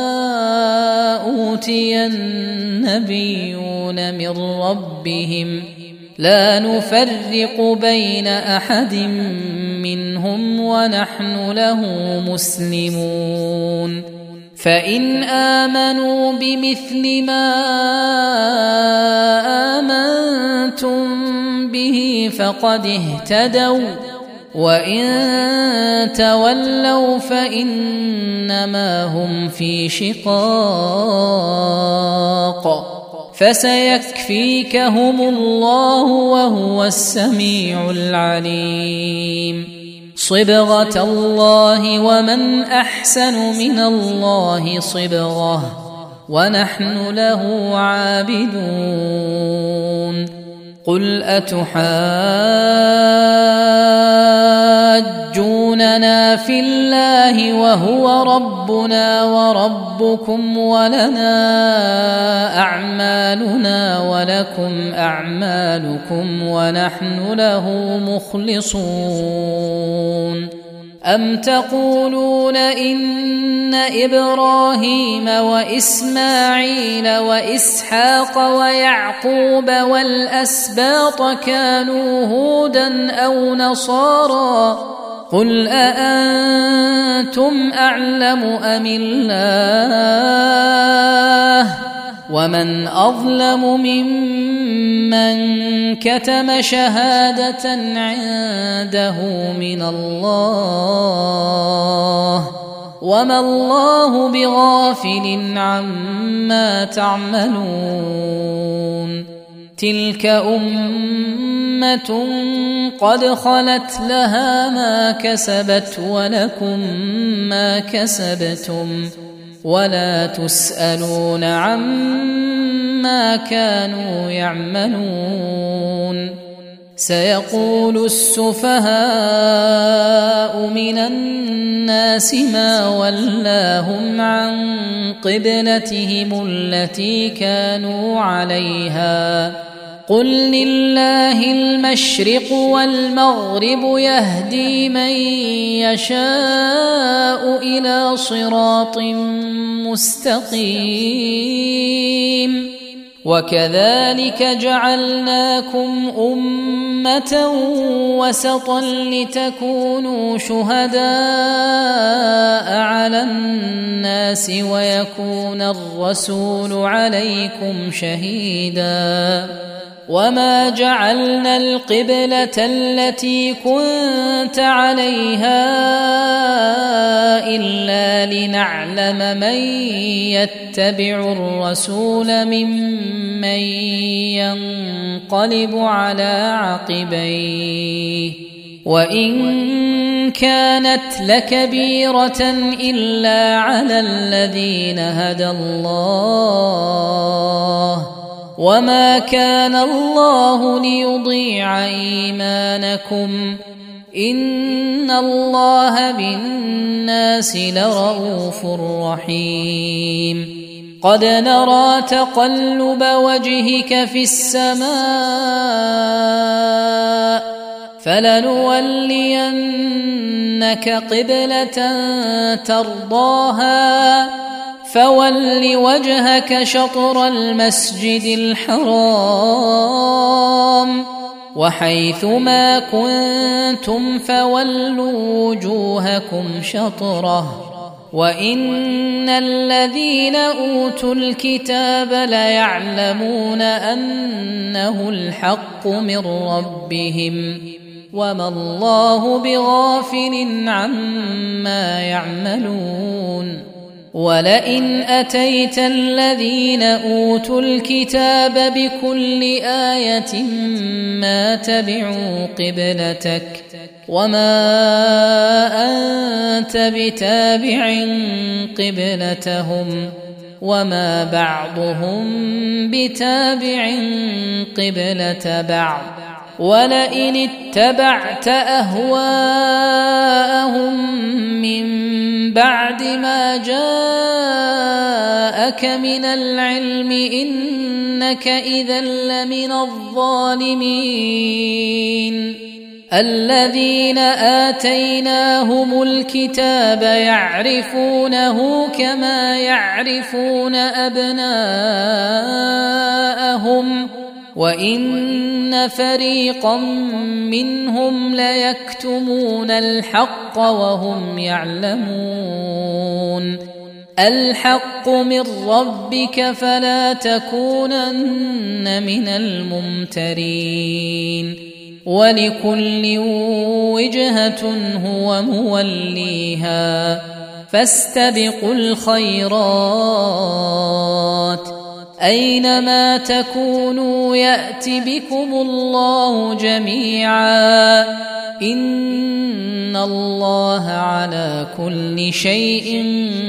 أوتي النبيون من ربهم لا نفرق بين أحد منهم ونحن له مسلمون فإن آمنوا بمثل ما آمنتم به فقد اهتدوا وإن تولوا فإنما هم في شقاق فسيكفيكهم الله وهو السميع العليم صبغة الله ومن أحسن من الله صبغة ونحن له عابدون قل أتحاجوننا في الله وهو ربنا وربكم ولنا أعمالنا ولكم أعمالكم ونحن له مخلصون أم تقولون إن إبراهيم وإسماعيل وإسحاق ويعقوب والأسباط كانوا هودا أو نصارى قل أأنتم أعلم أم الله ومن أظلم ممن كتم شهادة عنده من الله وما الله بغافل عما تعملون تلك أمة قد خلت لها ما كسبت ولكم ما كسبتم ولا تسألون عما كانوا يعملون سيقول السفهاء من الناس ما ولاهم عن قبلتهم التي كانوا عليها قل لله المشرق والمغرب يهدي من يشاء إلى صراط مستقيم وكذلك جعلناكم أمة وسطا لتكونوا شهداء على الناس ويكون الرسول عليكم شهيدا وما جعلنا القبلة التي كنت عليها إلا لنعلم من يتبع الرسول ممن ينقلب على عقبيه وإن كانت لكبيرة إلا على الذين هدى الله وما كان الله ليضيع إيمانكم إن الله بالناس لرءوف رحيم قد نرى تقلب وجهك في السماء فلنولينك قبلة ترضاها فول وجهك شطر المسجد الحرام وحيث ما كنتم فولوا وجوهكم شطره وإن الذين أوتوا الكتاب ليعلمون أنه الحق من ربهم وما الله بغافل عما يعملون ولئن أتيت الذين أوتوا الكتاب بكل آية ما تبعوا قبلتك وما أنت بتابع قبلتهم وما بعضهم بتابع قبلة بعض ولئن اتبعت أهواءهم من بعد ما جاءك من العلم إنك إذا لمن الظالمين الذين آتيناهم الكتاب يعرفونه كما يعرفون أبناءهم وإن فريقا منهم ليكتمون الحق وهم يعلمون الحق من ربك فلا تكونن من الممترين ولكل وجهة هو موليها فاستبقوا الخيرات أينما تكونوا يأت بكم الله جميعا إن الله على كل شيء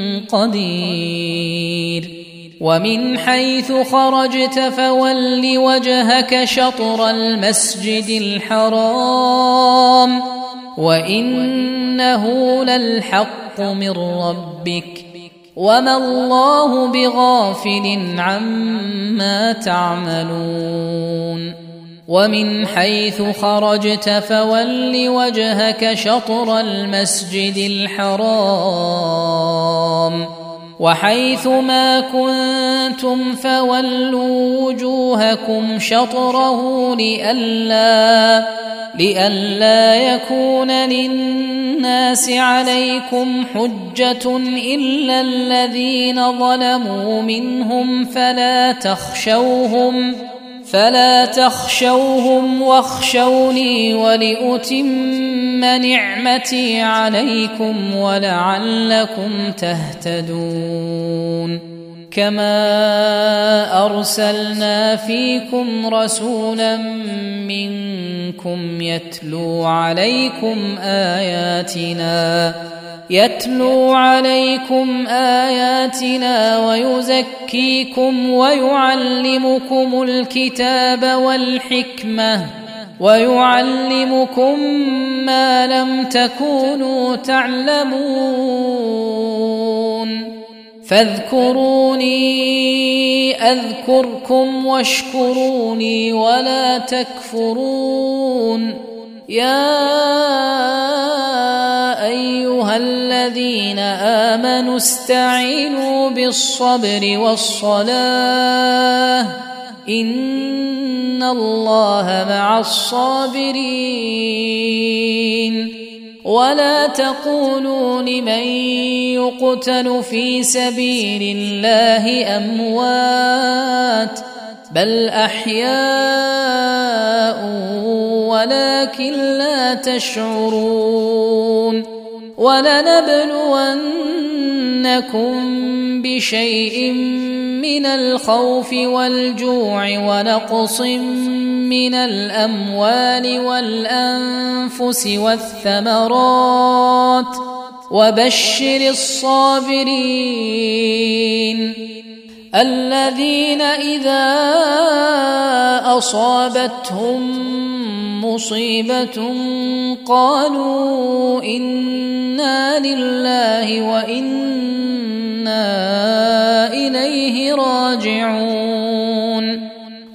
قدير ومن حيث خرجت فول وجهك شطر المسجد الحرام وإنه للحق من ربك وما الله بغافل عما تعملون ومن حيث خرجت فول وجهك شطر المسجد الحرام وحيث ما كنتم فولوا وجوهكم شطره لئلا يكون للناس عليكم حجة إلا الذين ظلموا منهم فلا تخشوهم واخشوني ولأتم نعمتي عليكم ولعلكم تهتدون كما أرسلنا فيكم رسولا منكم يتلو عليكم آياتنا ويزكيكم ويعلمكم الكتاب والحكمة ويعلمكم ما لم تكونوا تعلمون فاذكروني أذكركم واشكروني ولا تكفرون يا أيها الذين آمنوا استعينوا بالصبر والصلاة إن الله مع الصابرين ولا تقولوا لمن يقتل في سبيل الله أموات بل أحياء ولكن لا تشعرون ولنبلونكم بشيء من الخوف والجوع ونقص من الأموال والأنفس والثمرات وبشر الصابرين الذين إذا أصابتهم مصيبة قالوا إنا لله وإنا إليه راجعون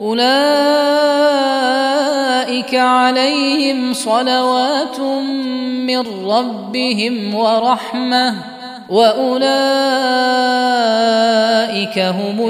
أولئك عليهم صلوات من ربهم ورحمة وأولئك هم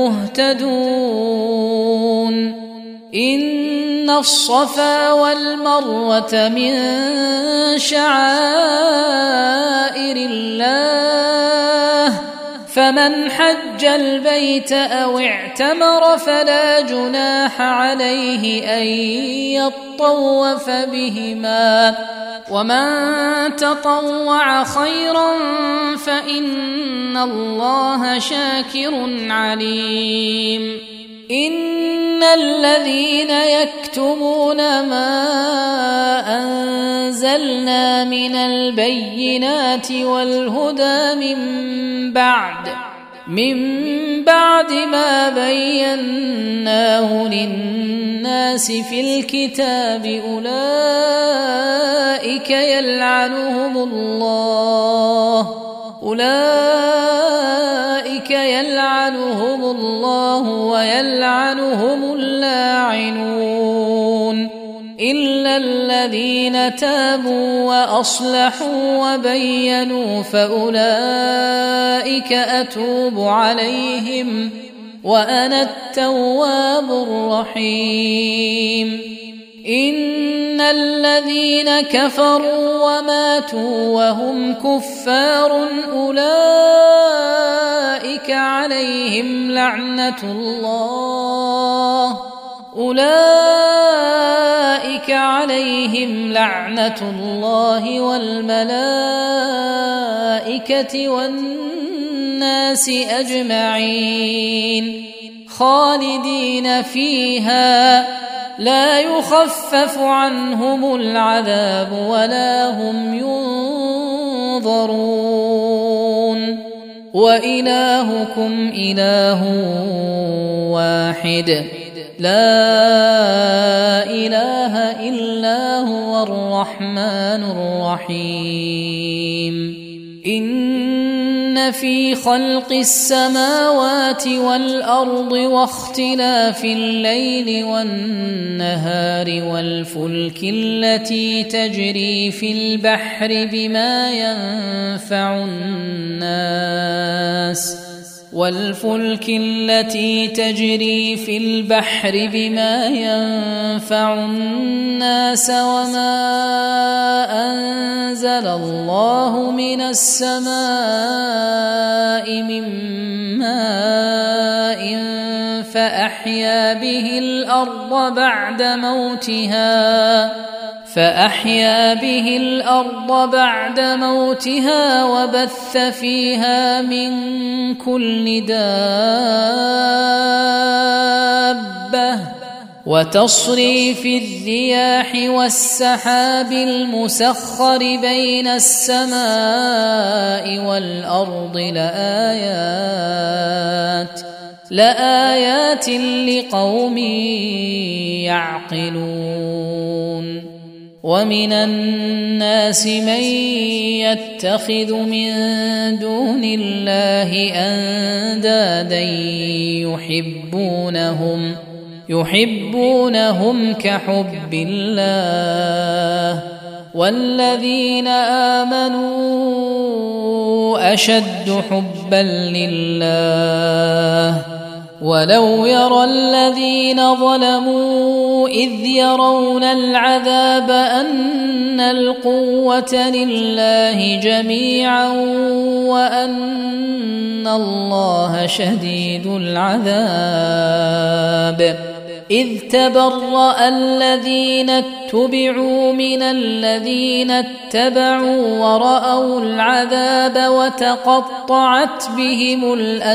المهتدون إن الصفا والمروة من شعائر الله فمن حج البيت أو اعتمر فلا جناح عليه أن يطوف بهما ومن تطوع خيرا فإن الله شاكر عليم إن الذين يكتمون ما أنزلنا من البينات والهدى من بعد ما بيناه للناس في الكتاب أولئك يلعنهم الله ويلعنهم اللاعنون إلا الذين تابوا وأصلحوا وبينوا فأولئك أتوب عليهم وأنا التواب الرحيم إن الذين كفروا وماتوا وهم كفار أولئك عليهم لعنة الله والملائكة والناس أجمعين خالدين فيها لا يخفف عنهم العذاب ولا هم ينظرون وإلهكم إله واحد لا إله إلا هو الرحمن الرحيم إن في خلق السماوات والأرض واختلاف الليل والنهار والفلك التي تجري في البحر بما ينفع الناس وما أنزل الله من السماء من ماء فأحيا به الأرض بعد موتها وبث فيها من كل دابة وتصريف الرياح والسحاب المسخر بين السماء والأرض لآيات لقوم يعقلون ومن الناس من يتخذ من دون الله أندادا يحبونهم كحب الله والذين آمنوا أشد حبا لله ولو يرى الذين ظلموا إذ يرون العذاب أن القوة لله جميعا وأن الله شديد العذاب إذ تبرأ الذين اتبعوا من الذين اتبعوا ورأوا العذاب وتقطعت بهم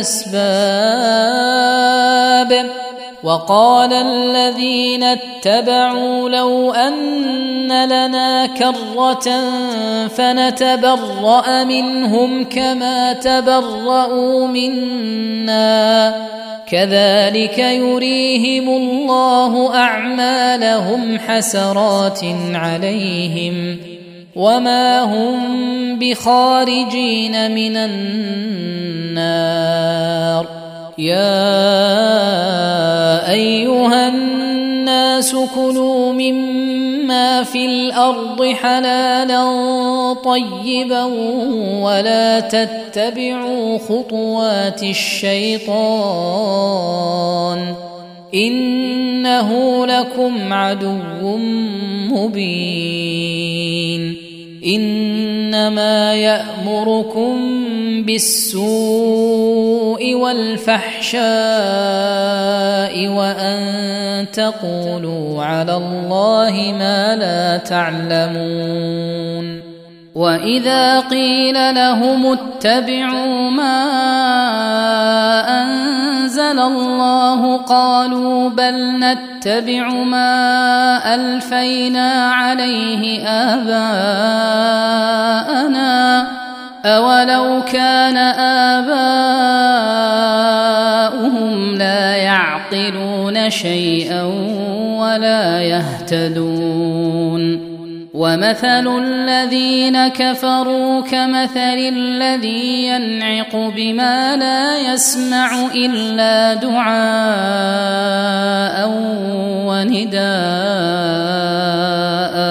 الأسباب وقال الذين اتبعوا لو أن لنا كرة فنتبرأ منهم كما تبرأوا منا كذلك يريهم الله أعمالهم حسرات عليهم وما هم بخارجين من النار يا أيها الناس كلوا مما في الأرض حلالا طيبا ولا تتبعوا خطوات الشيطان إنه لكم عدو مبين إنما يأمركم بالسوء والفحشاء وأن تقولوا على الله ما لا تعلمون وإذا قيل لهم اتبعوا ما أنزل الله قالوا بل نتبع ما ألفينا عليه آباءنا أولو كان آباؤهم لا يعقلون شيئا ولا يهتدون ومثل الذين كفروا كمثل الذي ينعق بما لا يسمع إلا دعاء ونداء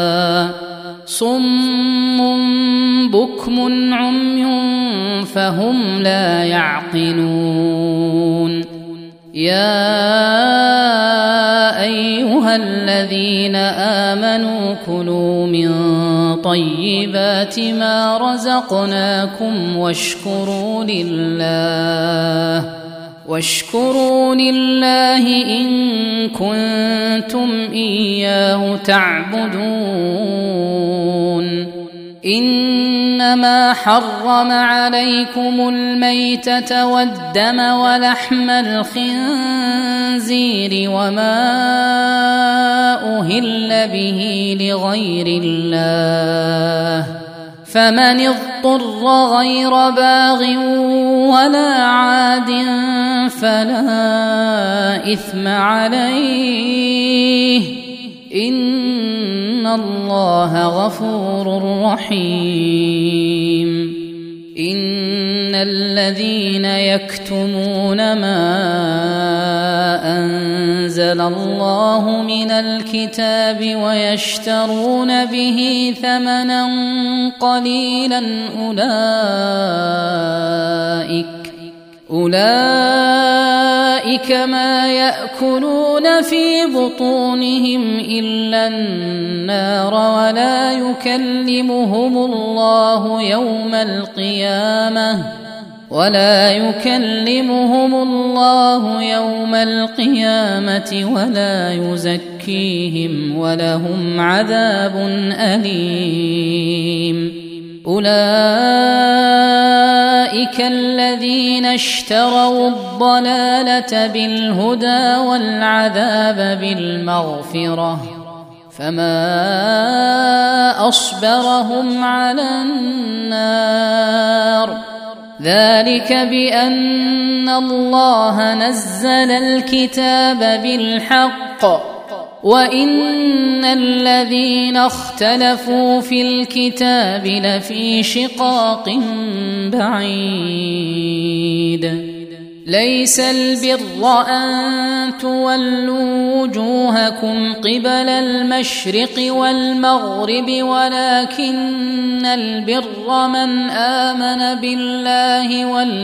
صم بكم عمي فهم لا يعقلون يا أيها الذين آمنوا كلوا من طيبات ما رزقناكم واشكروا لله إن كنتم إياه تعبدون إنما حرم عليكم الميتة والدم ولحم الخنزير وما أهل به لغير الله فمن اضطر غير باغ ولا عاد فلا إثم عليه إن الله غفور رحيم إن الذين يكتمون ما أنزل الله من الكتاب ويشترون به ثمنا قليلا أولئك ما يأكلون في بطونهم إلا النار ولا يكلمهم الله يوم القيامة ولا يزكيهم ولهم عذاب أليم أولئك الذين اشتروا الضلالة بالهدى والعذاب بالمغفرة فما أصبرهم على النار ذلك بأن الله نزل الكتاب بالحق وإن الذين اختلفوا في الكتاب لفي شقاق بعيد ليس البر أن تولوا وجوهكم قبل المشرق والمغرب ولكن البر من آمن بالله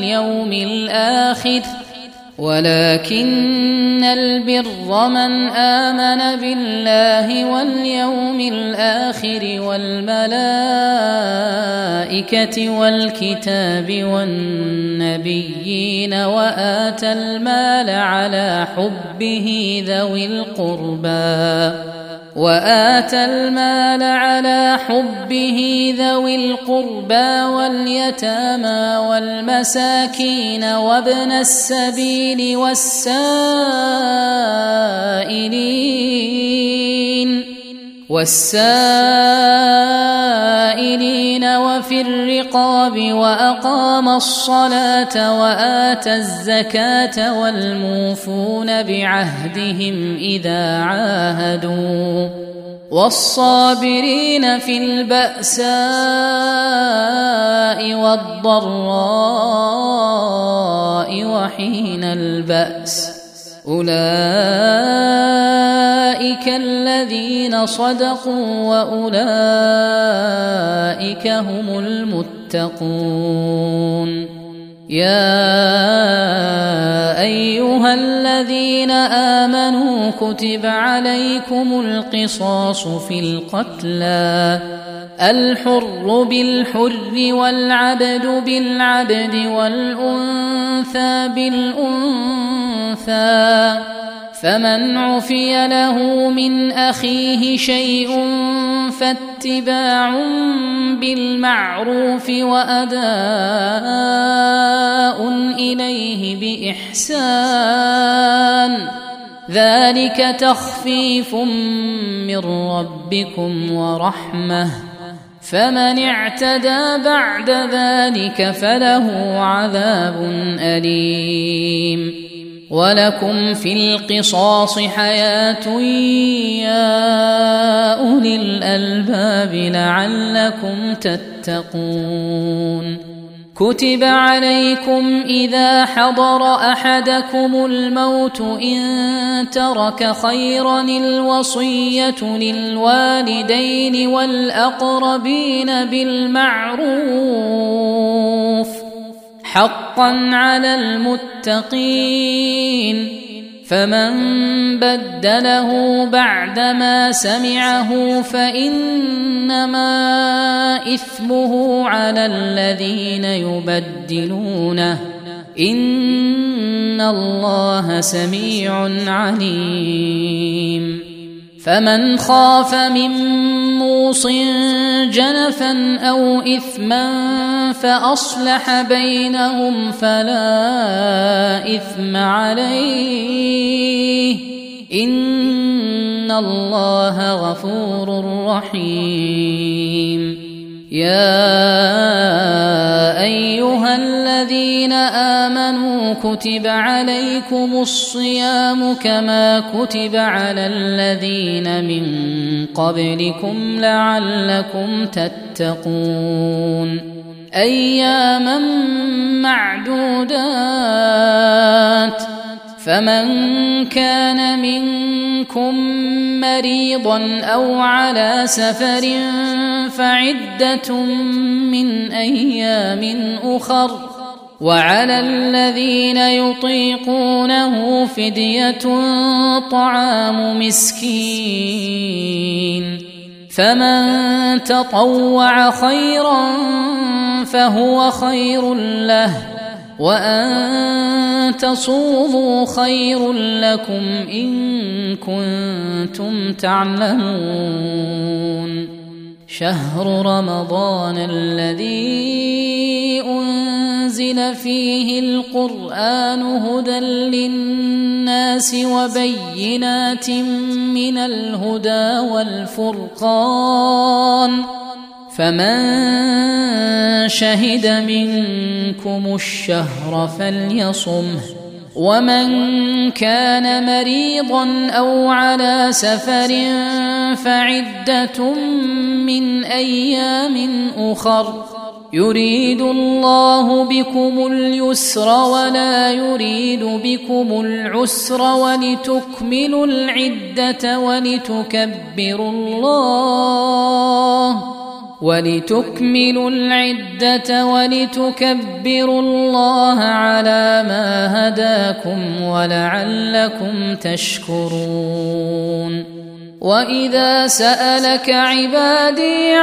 واليوم الآخر والملائكة والكتاب والنبيين وآتى المال على حبه ذوي القربى واليتامى والمساكين وابن السبيل والسائلين وفي الرقاب وأقام الصلاة وآتى الزكاة والموفون بعهدهم إذا عاهدوا والصابرين في البأساء والضراء وحين البأس أولئك الذين صدقوا وأولئك هم المتقون يا أيها الذين آمنوا كتب عليكم القصاص في القتلى الحر بالحر والعبد بالعبد والأنثى بالأنثى، فمن عفي له من أخيه شيء فاتباع بالمعروف وأداء إليه بإحسان، ذلك تخفيف من ربكم ورحمة، فمن اعتدى بعد ذلك فله عذاب أليم. ولكم في القصاص حياة يا أولي الألباب لعلكم تتقون. كتب عليكم إذا حضر أحدكم الموت إن ترك خيرا الوصية للوالدين والأقربين بالمعروف حقا على المتقين، فمن بدله بعدما سمعه فإنما إثمه على الذين يبدلونه، إن الله سميع عليم. فمن خاف من موص جنفا أو إثما فأصلح بينهم فلا إثم عليه، إن الله غفور رحيم. يا أيها الذين آمنوا كتب عليكم الصيام كما كتب على الذين من قبلكم لعلكم تتقون، أياما معدودات، فمن كان منكم مريضا أو على سفر فعدة من أيام أخر، وعلى الذين يطيقونه فدية طعام مسكين، فمن تطوع خيرا فهو خير له، وأن تصوموا خير لكم إن كنتم تعلمون. شهر رمضان الذي أنزل فيه القرآن هدى للناس وبينات من الهدى والفرقان، فمن شهد منكم الشهر فليصمه، ومن كان مريضا أو على سفر فعدة من أيام أخر، يريد الله بكم اليسر ولا يريد بكم العسر ولتكملوا العدة ولتكبروا الله على ما هداكم ولعلكم تشكرون. وإذا سألك عبادي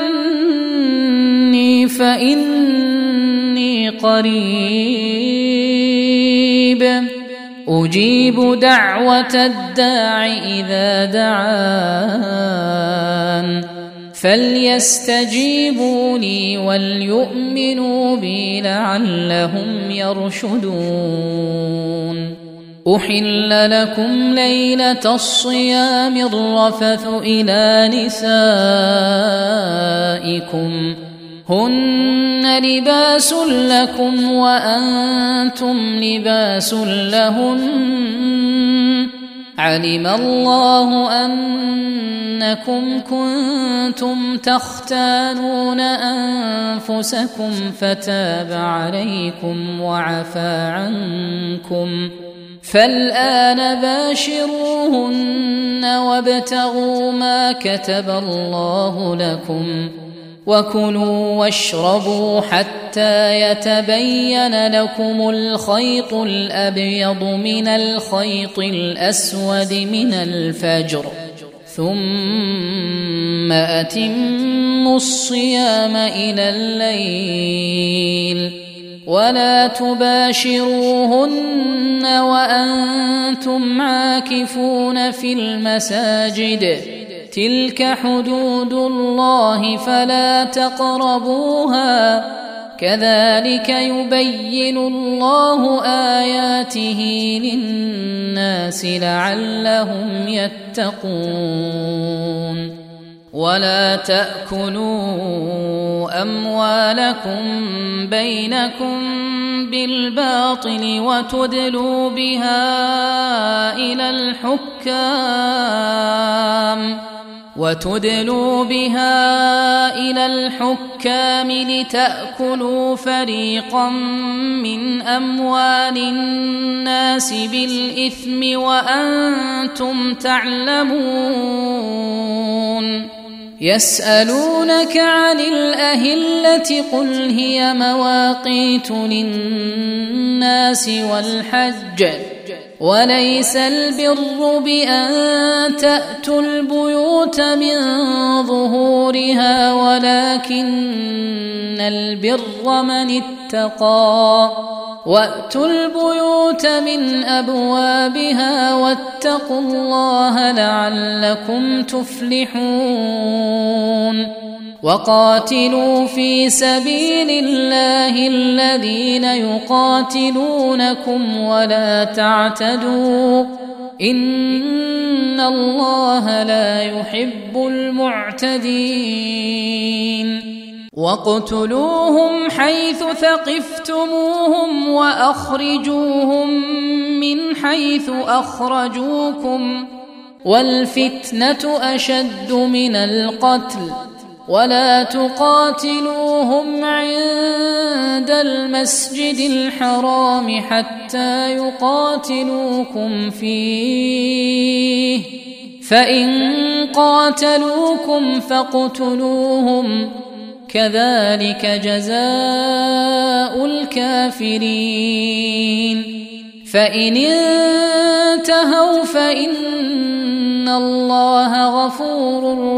عني فإني قريب أجيب دعوة الداع إذا دعان، فليستجيبوا لي وليؤمنوا بي لعلهم يرشدون. أحل لكم ليلة الصيام الرفث إلى نسائكم هن لباس لكم وأنتم لباس لهن، علم الله أنكم كنتم تختانون أنفسكم فتاب عليكم وعفى عنكم، فالآن باشروهن وابتغوا ما كتب الله لكم، وكلوا واشربوا حتى يتبين لكم الخيط الأبيض من الخيط الأسود من الفجر، ثم أتموا الصيام إلى الليل ولا تباشروهن وأنتم عاكفون في المساجد تلك حدود الله فلا تقربوها كذلك يبين الله آياته للناس لعلهم يتقون ولا تأكلوا أموالكم بينكم بالباطل وتدلوا بها إلى الحكام لتأكلوا فريقا من أموال الناس بالإثم وأنتم تعلمون يسألونك عن الأهلة قل هي مواقيت للناس والحج وليس البر بأن تأتوا البيوت من ظهورها ولكن البر من اتقى وأتوا البيوت من أبوابها واتقوا الله لعلكم تفلحون وقاتلوا في سبيل الله الذين يقاتلونكم ولا تعتدوا إن الله لا يحب المعتدين واقتلوهم حيث ثقفتموهم وأخرجوهم من حيث أخرجوكم والفتنة أشد من القتل ولا تقاتلوهم عند المسجد الحرام حتى يقاتلوكم فيه فإن قاتلوكم فاقتلوهم كذلك جزاء الكافرين فإن انتهوا فإن الله غفور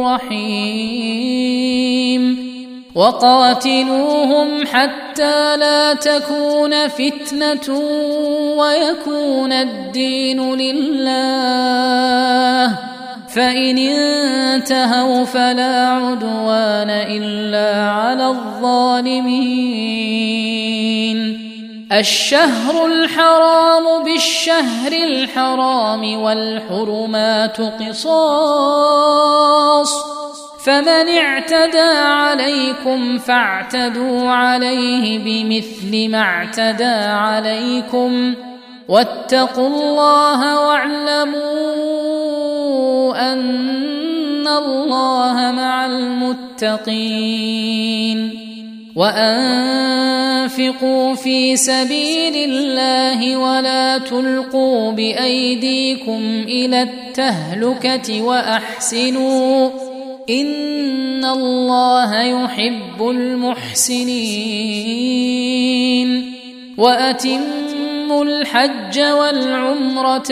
رحيم وقاتلوهم حتى لا تكون فتنة ويكون الدين لله فإن انتهوا فلا عدوان إلا على الظالمين الشهر الحرام بالشهر الحرام والحرمات قصاص فمن اعتدى عليكم فاعتدوا عليه بمثل ما اعتدى عليكم واتقوا الله واعلموا أن الله مع المتقين وأنفقوا في سبيل الله ولا تلقوا بأيديكم إلى التهلكة وأحسنوا إن الله يحب المحسنين وأتموا الحج والعمرة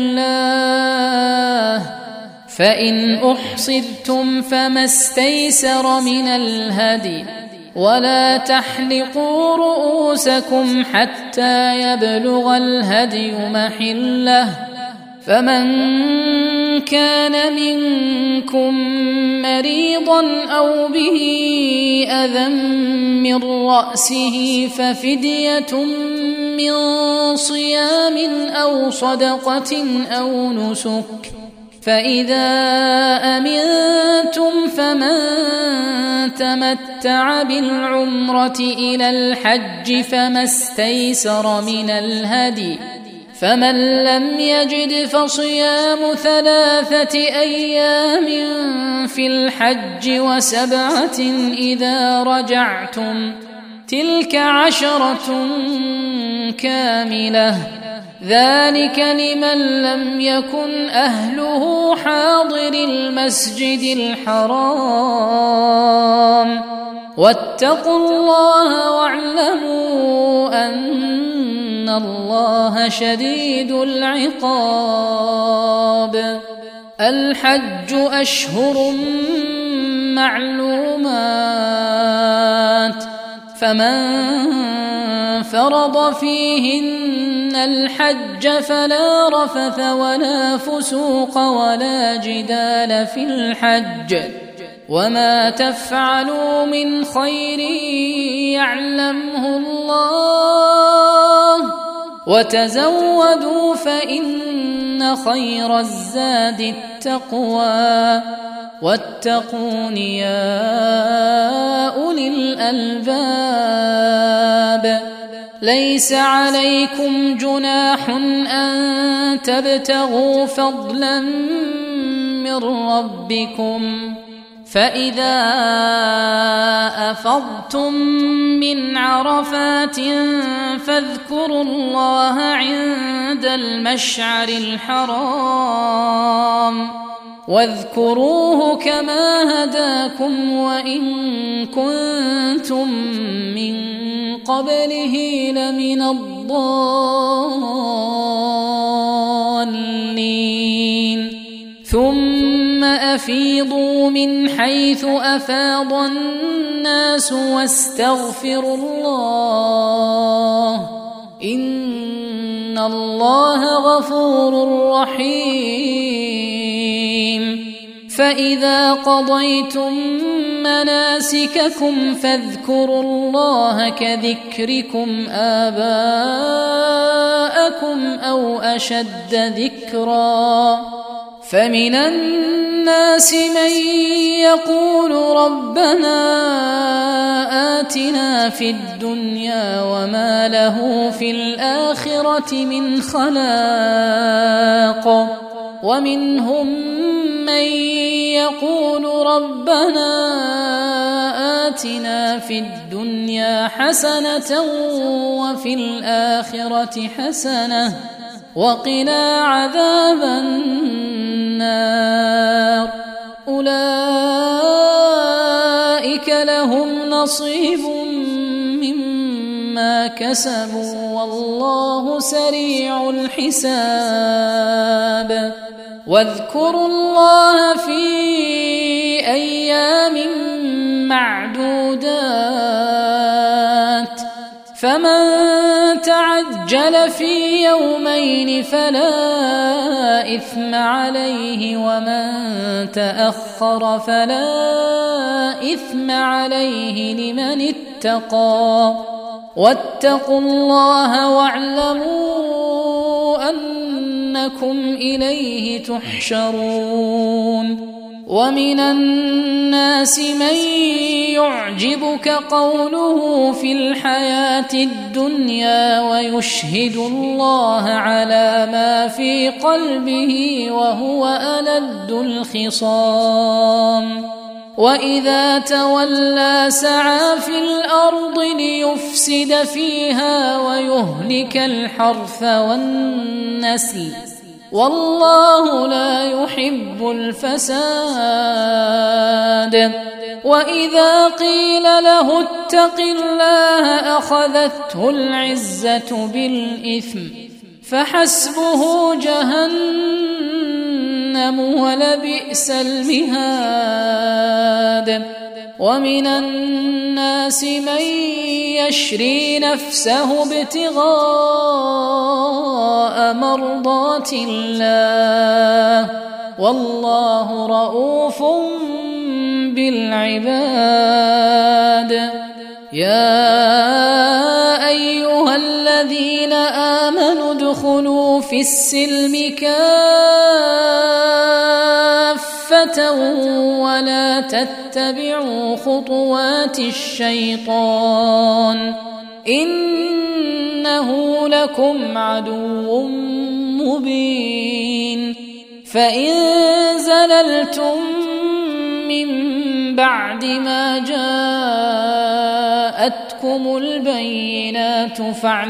لله فإن أحصرتم فما استيسر من الهدي ولا تحلقوا رؤوسكم حتى يبلغ الهدي محله فمن كان منكم مريضا أو به أذى من رأسه ففدية من صيام أو صدقة أو نسك فإذا أمنتم فمن تمتع بالعمرة إلى الحج فما استيسر من الهدي فمن لم يجد فصيام 3 أيام في الحج و7 إذا رجعتم تلك 10 كاملة ذلك لمن لم يكن أهله حاضر المسجد الحرام واتقوا الله واعلموا أن الله شديد العقاب الحج أشهر معلومات فمن فرض فيهن الحج فلا رفث ولا فسوق ولا جدال في الحج وما تفعلوا من خير يعلمه الله وتزودوا فإن خير الزاد التقوى واتقون يا أولي الألباب ليس عليكم جناح أن تبتغوا فضلا من ربكم فإذا أفضتم من عرفات فاذكروا الله عند المشعر الحرام واذكروه كما هداكم وإن كنتم من قبله لمن الضالين ثم أفيضوا من حيث أفاض الناس واستغفروا الله إن الله غفور رحيم فإذا قضيتم مناسككم فاذكروا الله كذكركم آباءكم أو أشد ذكرا فمن الناس من يقول ربنا آتنا في الدنيا وما له في الآخرة من خلاق ومنهم من يقول ربنا آتنا في الدنيا حسنة وفي الآخرة حسنة وقنا عذاب النار أولئك لهم نصيب مما كسبوا والله سريع الحساب واذكروا الله في أيام معدودات فمن تعجل في يومين فلا إثم عليه ومن تأخر فلا إثم عليه لمن اتقى واتقوا الله واعلموا أنكم إليه تحشرون ومن الناس من يعجبك قوله في الحياة الدنيا ويشهد الله على ما في قلبه وهو ألد الخصام وإذا تولى سعى في الأرض ليفسد فيها ويهلك الحرث والنسل والله لا يحب الفساد وإذا قيل له اتق الله أخذته العزة بالإثم فحسبه جهنم ولبئس المهاد ومن الناس من يشري نفسه ابتغاء مرضات الله والله رؤوف بالعباد يا أيها الذين آمنوا ادخلوا في السلم كافة ولا تتبعوا خطوات الشيطان إنه لكم عدو مبين فإن زللتم من بعد ما جاءتكم البينات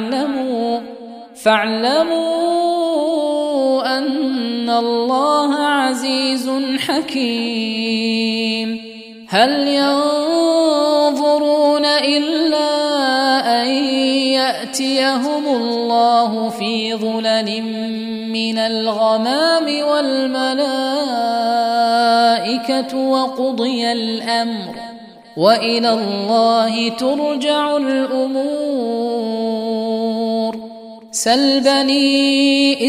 فاعلموا أن الله عزيز حكيم هل ينظرون إلا أن يأتيهم الله في ظلل من الغمام والملائكة وقضي الأمر وإلى الله ترجع الأمور. سل بني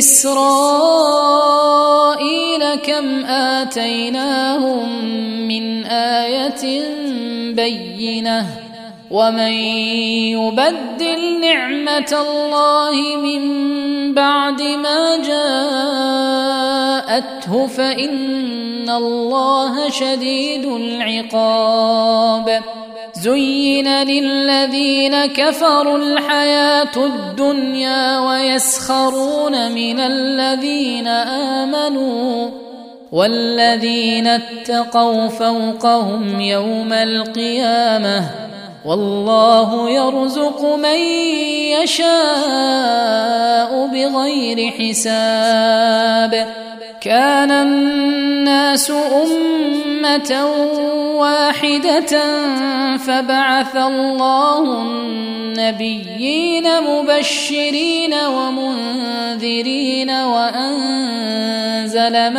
إسرائيل كم آتيناهم من آية بينة ومن يبدل نعمة الله من بعد ما جاءته فإن الله شديد العقاب. زين للذين كفروا الحياة الدنيا ويسخرون من الذين آمنوا والذين اتقوا فوقهم يوم القيامة والله يرزق من يشاء بغير حساب. كان الناس أمة واحدة فبعث الله النبيين مبشرين ومنذرين وأنزل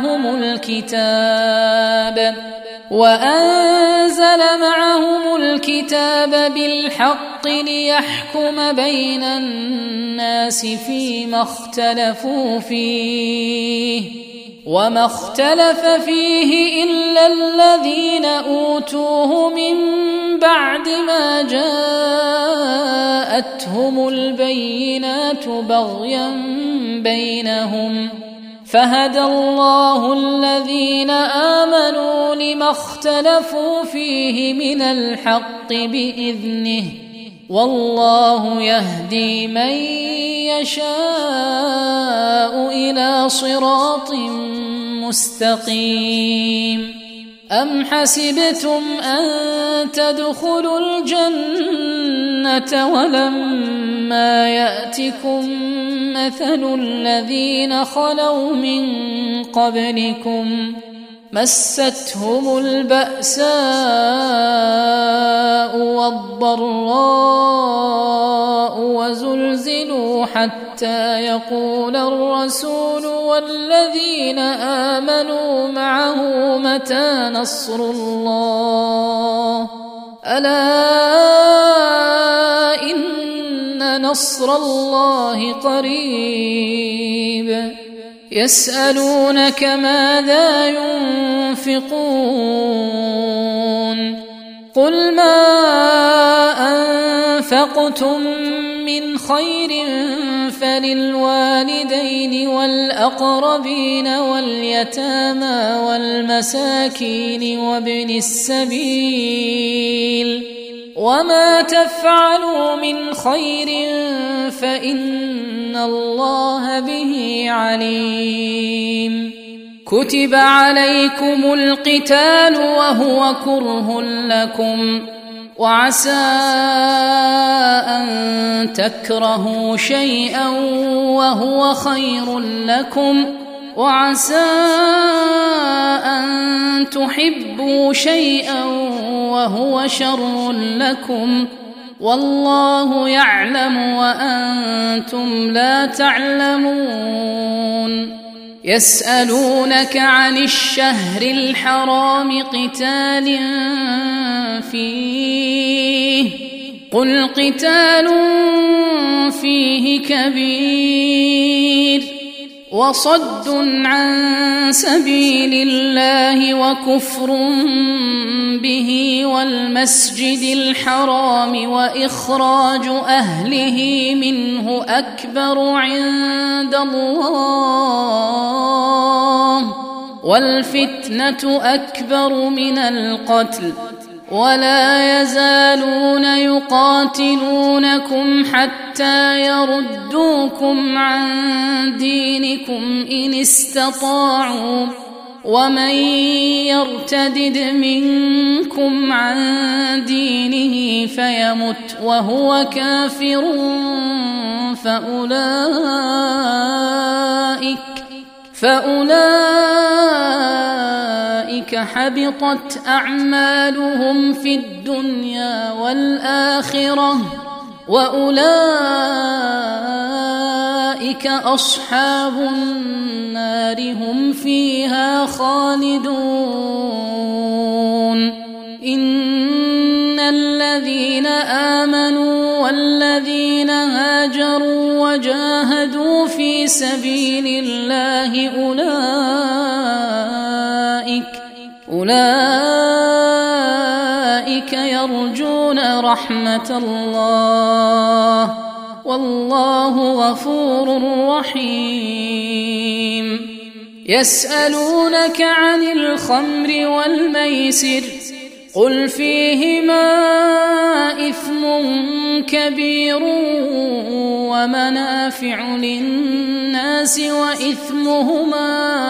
معهم الكتاب بالحق ليحكم بين الناس فيما اختلفوا فيه وما اختلف فيه إلا الذين أوتوه من بعد ما جاءتهم البينات بغيا بينهم فهدى الله الذين آمنوا لما اختلفوا فيه من الحق بإذنه والله يهدي من يشاء إلى صراط مستقيم. أم حسبتم أن تدخلوا الجنة ولما يأتكم مثل الذين خلوا من قبلكم مستهم البأساء والضراء وزلزلوا حتى يقول الرسول والذين آمنوا معه متى نصر الله ألا إن نصر الله قريب. يسألونك ماذا ينفقون قل ما أنفقتم من خير فللوالدين والأقربين واليتامى والمساكين وابن السبيل وما تفعلوا من خير فإن الله به عليم. كتب عليكم القتال وهو كره لكم وعسى أن تكرهوا شيئا وهو خير لكم وعسى أن تحبوا شيئا وهو شر لكم والله يعلم وأنتم لا تعلمون. يسألونك عن الشهر الحرام قتال فيه قل قتال فيه كبير وصد عن سبيل الله وكفر به والمسجد الحرام وإخراج أهله منه أكبر عند الله والفتنة أكبر من القتل ولا يزالون يقاتلونكم حتى يردوكم عن دينكم إن استطاعوا ومن يرتدد منكم عن دينه فيمت وهو كافر فأولئك حبطت أعمالهم في الدنيا والآخرة وأولئك أولئك أصحاب النار هم فيها خالدون إن الذين آمنوا والذين هاجروا وجاهدوا في سبيل الله أولئك يرجون رحمة الله والله غفور رحيم يسألونك عن الخمر والميسر قل فيهما إثم كبير ومنافع للناس وإثمهما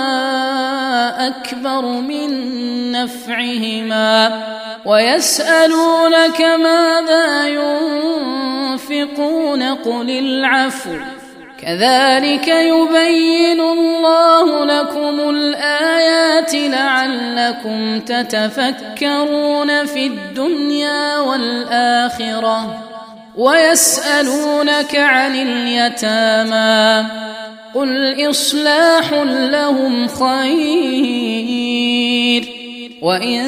أكبر من نفعهما ويسألونك ماذا ينفقون قل العفو كذلك يبين الله لكم الآيات لعلكم تتفكرون في الدنيا والآخرة ويسألونك عن اليتامى قل إصلاح لهم خير وإن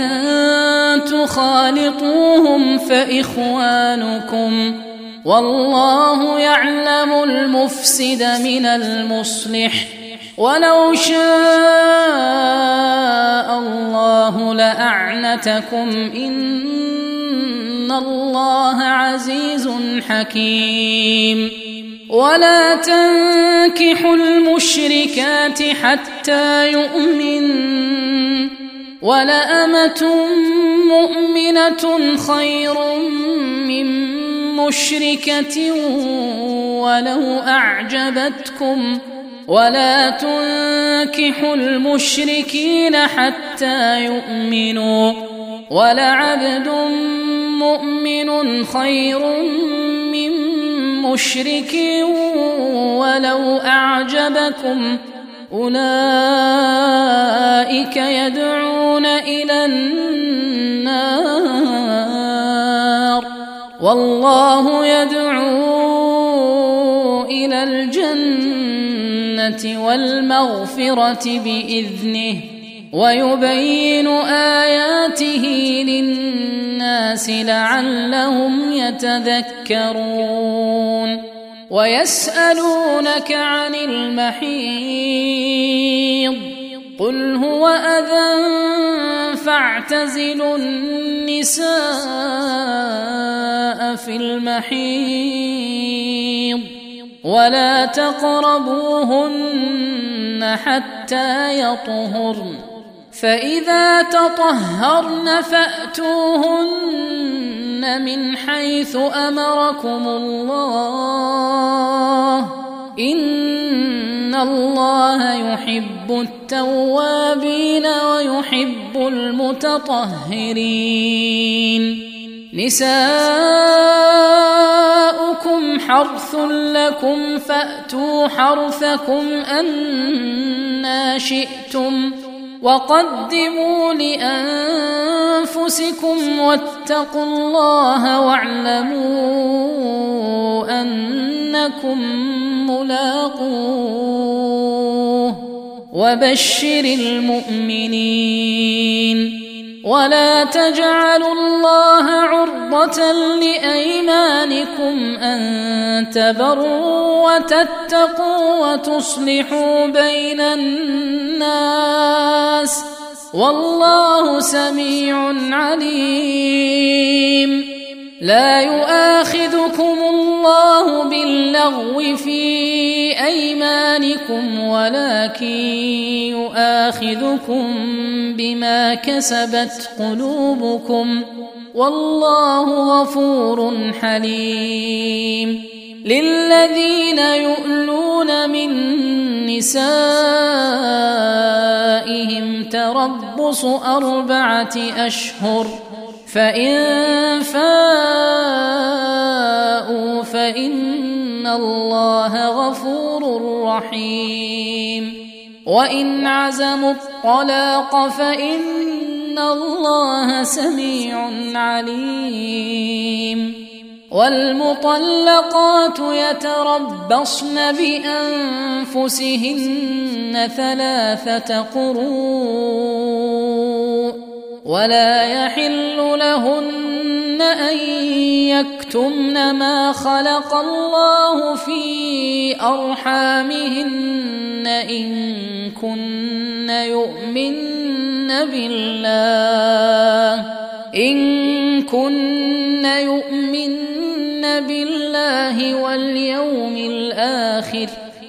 تخالطوهم فإخوانكم والله يعلم المفسد من المصلح ولو شاء الله لأعنتكم إن الله عزيز حكيم ولا تنكحوا المشركات حتى يؤمنوا ولأمة مؤمنة خير من مشركة ولو أعجبتكم ولا تنكحوا المشركين حتى يؤمنوا ولعبد مؤمن خير من مشرك ولو أعجبكم أولئك يدعون إلى النار والله يدعو إلى الجنة والمغفرة بإذنه ويبين آياته للناس لعلهم يتذكرون ويسألونك عن المحيض قل هو أذى فاعتزلوا النساء في المحيض ولا تقربوهن حتى يطهرن فإذا تطهرن فأتوهن من حيث أمركم الله إن الله يحب التوابين ويحب المتطهرين نساؤكم حرث لكم فأتوا حرثكم أنى شئتم وقدموا لأنفسكم واتقوا الله واعلموا أنكم ملاقوه وبشر المؤمنين ولا تجعلوا الله عرضة لأيمانكم أن تبروا وتتقوا وتصلحوا بين الناس والله سميع عليم لا يؤاخذكم الله باللغو في أيمانكم ولكن يؤاخذكم بما كسبت قلوبكم والله غفور حليم للذين يؤلون من نسائهم تربص 4 أشهر فإن فاءوا فإن الله غفور رحيم وإن عزموا الطلاق فإن الله سميع عليم والمطلقات يتربصن بأنفسهن 3 قروء ولا يحل لهن أن يكتمن ما خلق الله في أرحامهن إن كن يؤمن بالله واليوم الآخر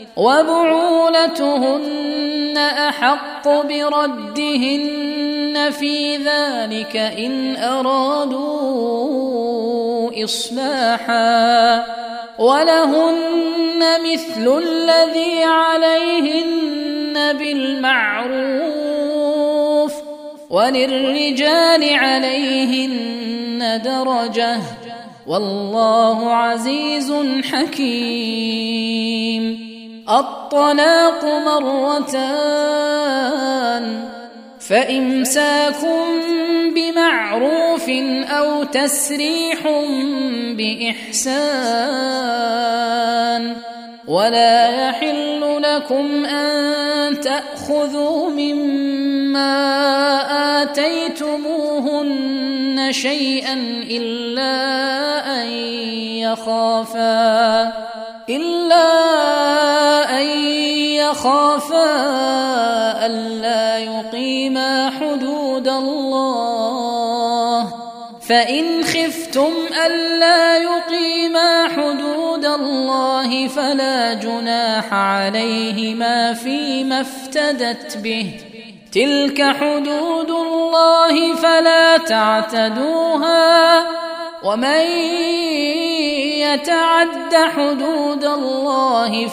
وبعولتهن أحق بردهن في ذلك إن أرادوا إصلاحا ولهن مثل الذي عليهن بالمعروف وللرجال عليهن درجة والله عزيز حكيم. الطلاق 2 فإمساك بمعروف أو تسريح بإحسان ولا يحل لكم أن تأخذوا مما آتيتموهن شيئا إلا أن يخافا ألا يقيما حدود الله فإن خفتم ألا يقيما حدود الله فلا جناح عليهما فيما افتدت به تلك حدود الله فلا تعتدوها ومن يتعد حدود الله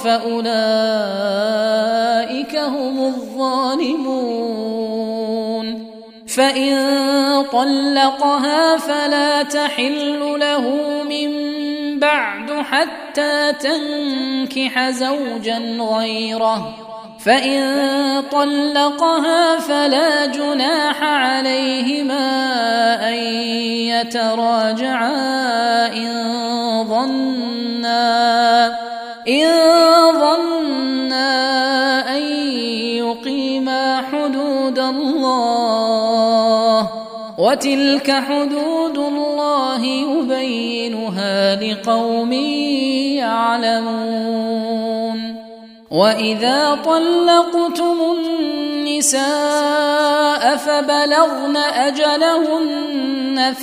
فأولئك هم الظالمون. فإن طلقها فلا تحل له من بعد حتى تنكح زوجا غيره فإن طلقها فلا جناح عليهما أن يتراجعا إن ظنا أن يقيما حدود الله وتلك حدود الله يبينها لقوم يعلمون. وإذا طلقتم النساء فبلغن أجلهن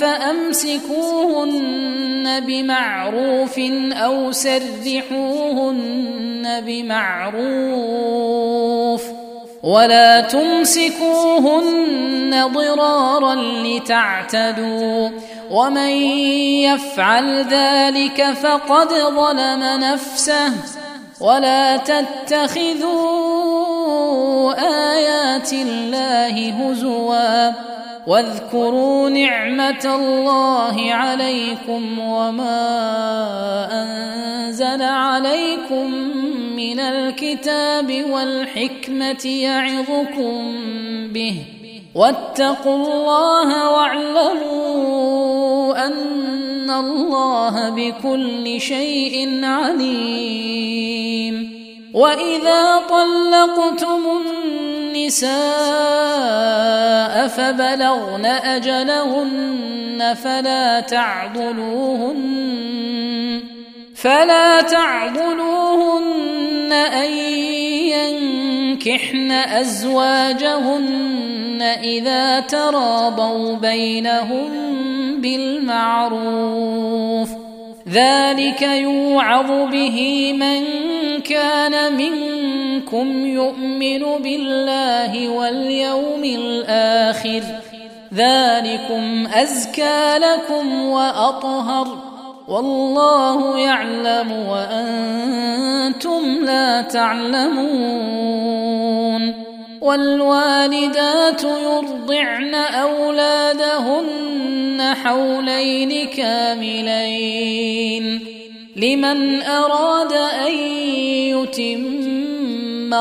فأمسكوهن بمعروف أو سرحوهن بمعروف ولا تمسكوهن ضرارا لتعتدوا ومن يفعل ذلك فقد ظلم نفسه ولا تتخذوا آيات الله هزوا واذكروا نعمة الله عليكم وما أنزل عليكم من الكتاب والحكمة يعظكم به واتقوا الله واعلموا أن الله بكل شيء عليم. وإذا طلقتم النساء فبلغن أجلهن فلا تعضلوهن أن ينكحن أزواجهن إذا تراضوا بينهم بالمعروف ذلك يوعظ به من كان منكم يؤمن بالله واليوم الآخر ذلكم أزكى لكم وأطهر والله يعلم وأنتم لا تعلمون. والوالدات يرضعن أولادهن حولين كاملين لمن أراد أن يتم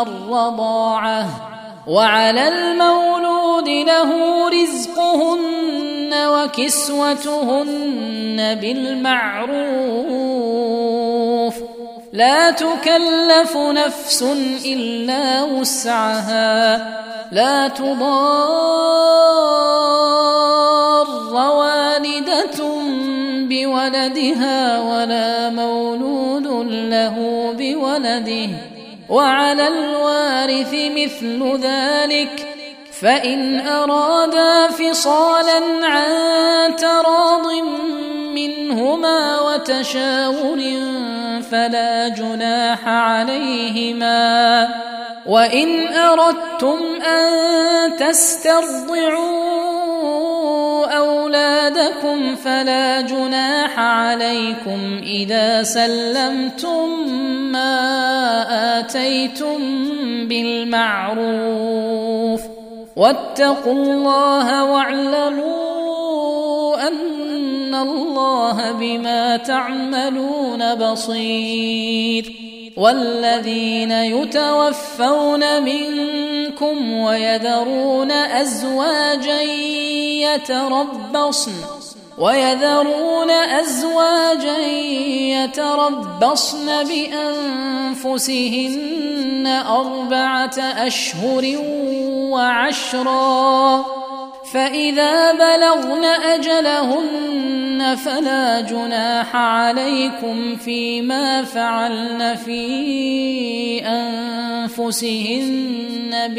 الرضاعة وعلى المولود له رزقهن وكسوتهن بالمعروف لا تكلف نفس إلا وسعها لا تضار والدة بولدها ولا مولود له بولده وعلى الوارث مثل ذلك فإن أرادا فصالا عن تراض منهما وتشاور فلا جناح عليهما وإن أردتم أن تسترضعوا أولادكم فلا جناح عليكم إذا سلمتم ما آتيتم بالمعروف واتقوا الله واعلموا أن الله بما تعملون بصير والذين يتوفون منكم ويذرون أزواجا يتربصن بأنفسهن 4 أشهر وعشرا فإذا بلغن أجلهن فلا جناح عليكم فيما فعلن في أنفسهن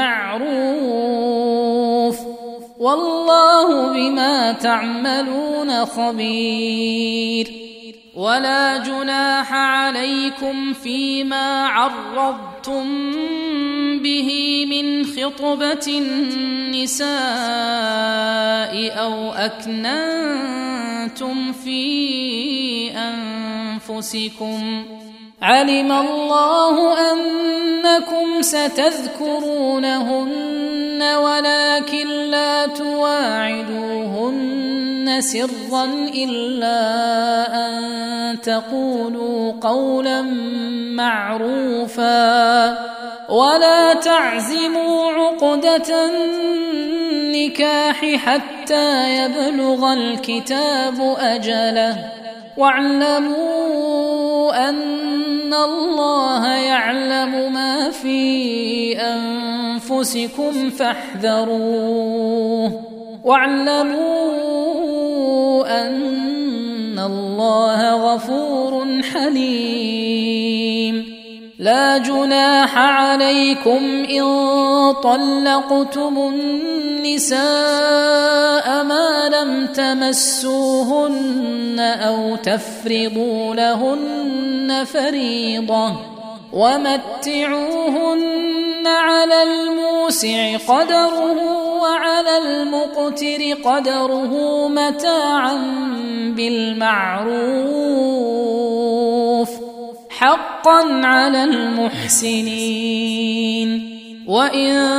بالمعروف والله بما تعملون خبير ولا جناح عليكم فيما عرضتم به من خطبة النساء أو أكننتم في أنفسكم علم الله أنكم ستذكرونهن ولكن لا تواعدوهن سرا إلا أن تقولوا قولا معروفا ولا تعزموا عقدة النكاح حتى يبلغ الكتاب أجله واعلموا أن الله يعلم ما في أنفسكم فاحذروه واعلموا أن الله غفور حليم لا جناح عليكم إن طلقتم النساء ما لم تمسوهن أو تفرضوا لهن فريضة ومتعوهن على الموسع قدره وعلى المقتر قدره متاعا بالمعروف حقا على المحسنين وإن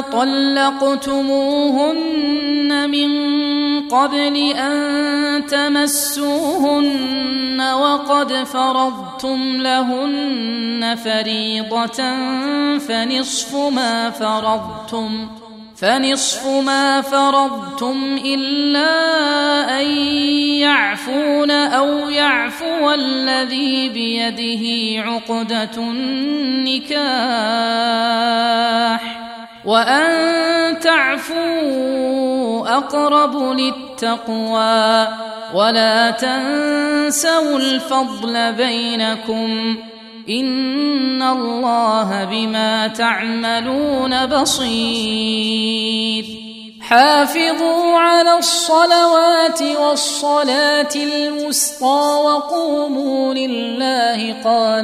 طلقتموهن من قبل أن تمسوهن وقد فرضتم لهن فريضة فنصف ما فرضتم إلا أن يعفون أو يعفو الذي بيده عقدة النكاح وأن تعفوا أقرب للتقوى ولا تنسوا الفضل بينكم إن الله بما تعملون بصير حافظوا على الصلوات والصلاة الوسطى وقوموا لله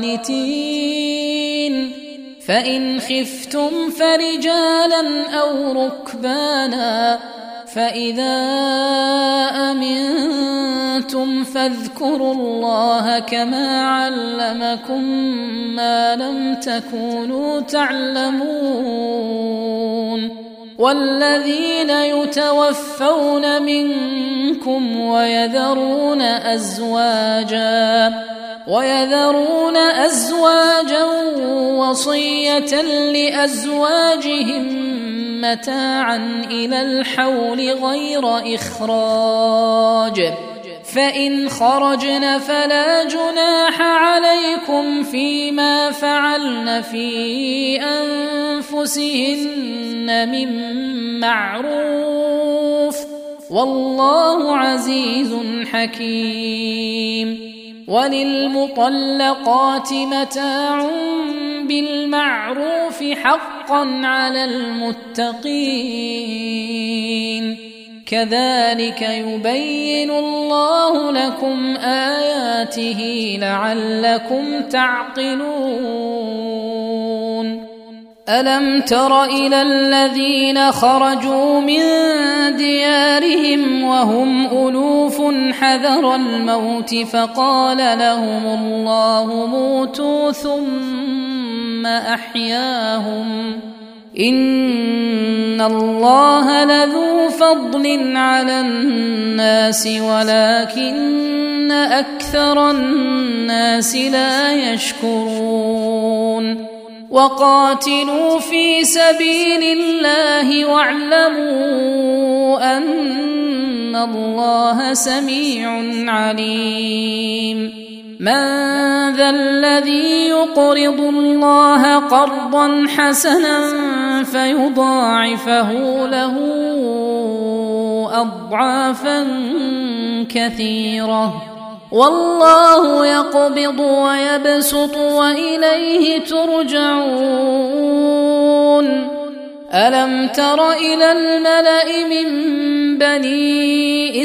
قانتين فإن خفتم فرجالا أو ركبانا فإذا أمنتم فاذكروا الله كما علمكم ما لم تكونوا تعلمون والذين يتوفون منكم ويذرون أزواجا وصية لأزواجهم متاعا إلى الحول غير إخراج، فإن خرجن فلا جناح عليكم فيما فعلن في أنفسهن من معروف، والله عزيز حكيم. وللمطلقات متاع بالمعروف حقا على المتقين، كذلك يبين الله لكم آياته لعلكم تعقلون. ألم تر إلى الذين خرجوا من ديارهم وهم ألوف حذر الموت فقال لهم الله موتوا ثم أحياهم، إن الله لذو فضل على الناس ولكن أكثر الناس لا يشكرون. وقاتلوا في سبيل الله واعلموا أن الله سميع عليم. من ذا الذي يقرض الله قرضا حسنا فيضاعفه له أضعافا كثيرة، والله يقبض ويبسط وإليه ترجعون. ألم تر إلى الملأ من بني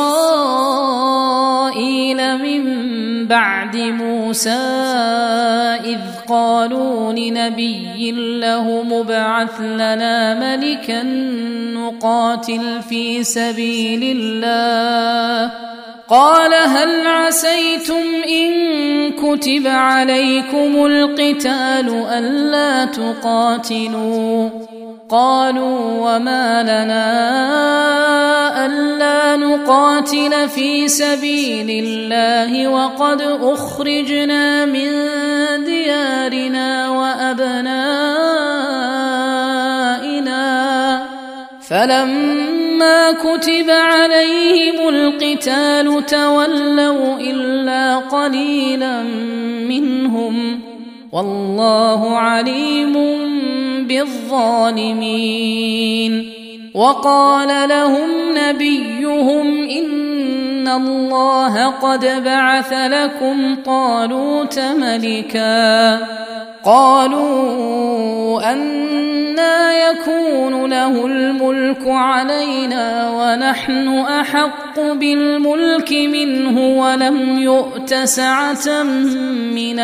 إسرائيل من بعد موسى إذ قالوا لنبي له مبعث لنا ملكا نقاتل في سبيل الله، قال هل عسيتم إن كتب عليكم القتال ألا تقاتلوا؟ قالوا وما لنا ألا نقاتل في سبيل الله وقد أخرجنا من ديارنا وأبنائنا، فلما كتب عليهم القتال تولوا إلا قليلا منهم، والله عليم بالظالمين. وقال لهم نبيهم إن الله قد بعث لكم طالوت ملكا، قالوا أنى يكون له الملك علينا ونحن أحق بالملك منه ولم يؤت سعة من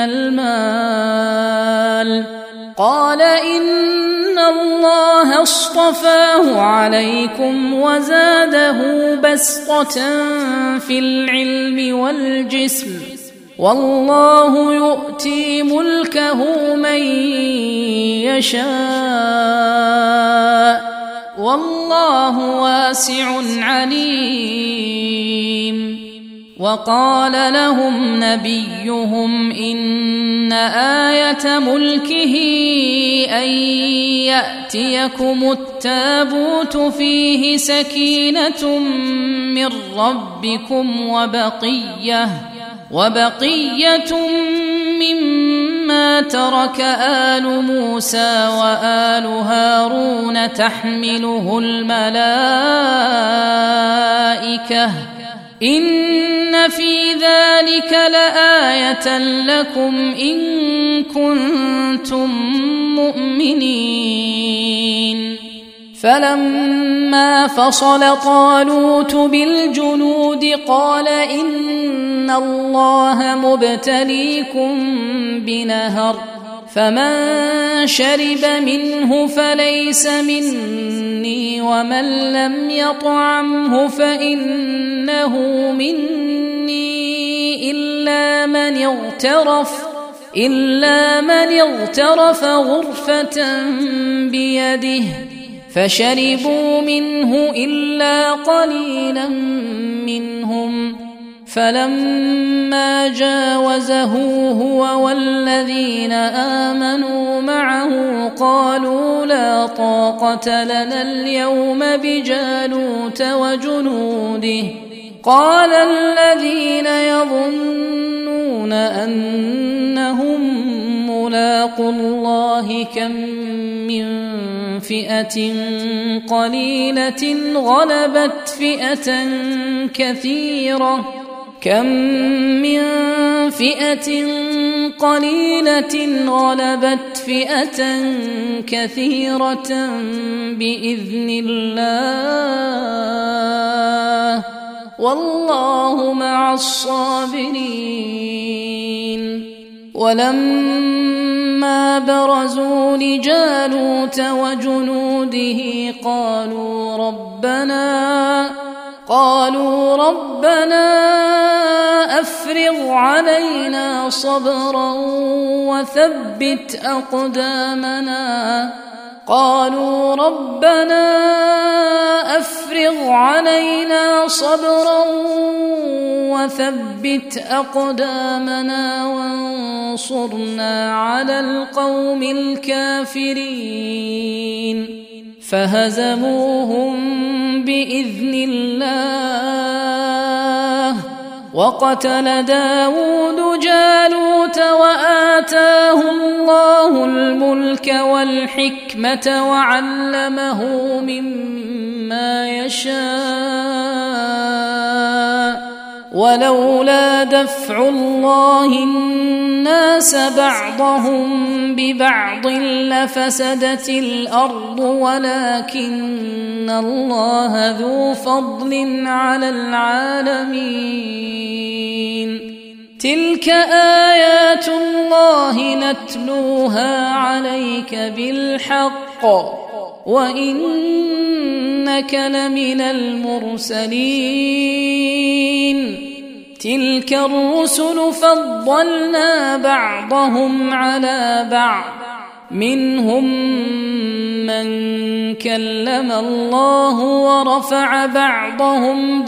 المال، قال إن الله اصطفاه عليكم وزاده بسطة في العلم والجسم، والله يؤتي ملكه من يشاء والله واسع عليم. وقال لهم نبيهم إن آية ملكه أن يأتيكم التابوت فيه سكينة من ربكم وبقية مما ترك آل موسى وآل هارون تحمله الملائكة، إن في ذلك لآية لكم إن كنتم مؤمنين. فلما فصل طالوت بالجنود قال إن الله مبتليكم بنهر، فمن شرب منه فليس مني ومن لم يطعمه فإنه مني إلا من اغترف غرفة بيده، فشربوا منه إلا قليلا منهم، فلما جاوزه هو والذين آمنوا معه قالوا لا طاقة لنا اليوم بجالوت وجنوده قال الذين يظنون أنهم ملاقو الله كم من فئة غلبت فئة كثيرة بإذن الله والله مع الصابرين ولما برزوا لجالوت وجنوده قالوا ربنا أفرغ علينا صبرا وثبت أقدامنا وانصرنا على القوم الكافرين فهزموهم بإذن الله وقتل داود جالوت وآتاه الله الملك والحكمة وعلمه مما يشاء ولولا دفع الله الناس بعضهم ببعض لفسدت الأرض ولكن الله ذو فضل على العالمين تلك آيات الله نتلوها عليك بالحق وإنك لمن المرسلين تلك الرسل فضلنا بعضهم على بعض منهم من كلم الله ورفع بعضهم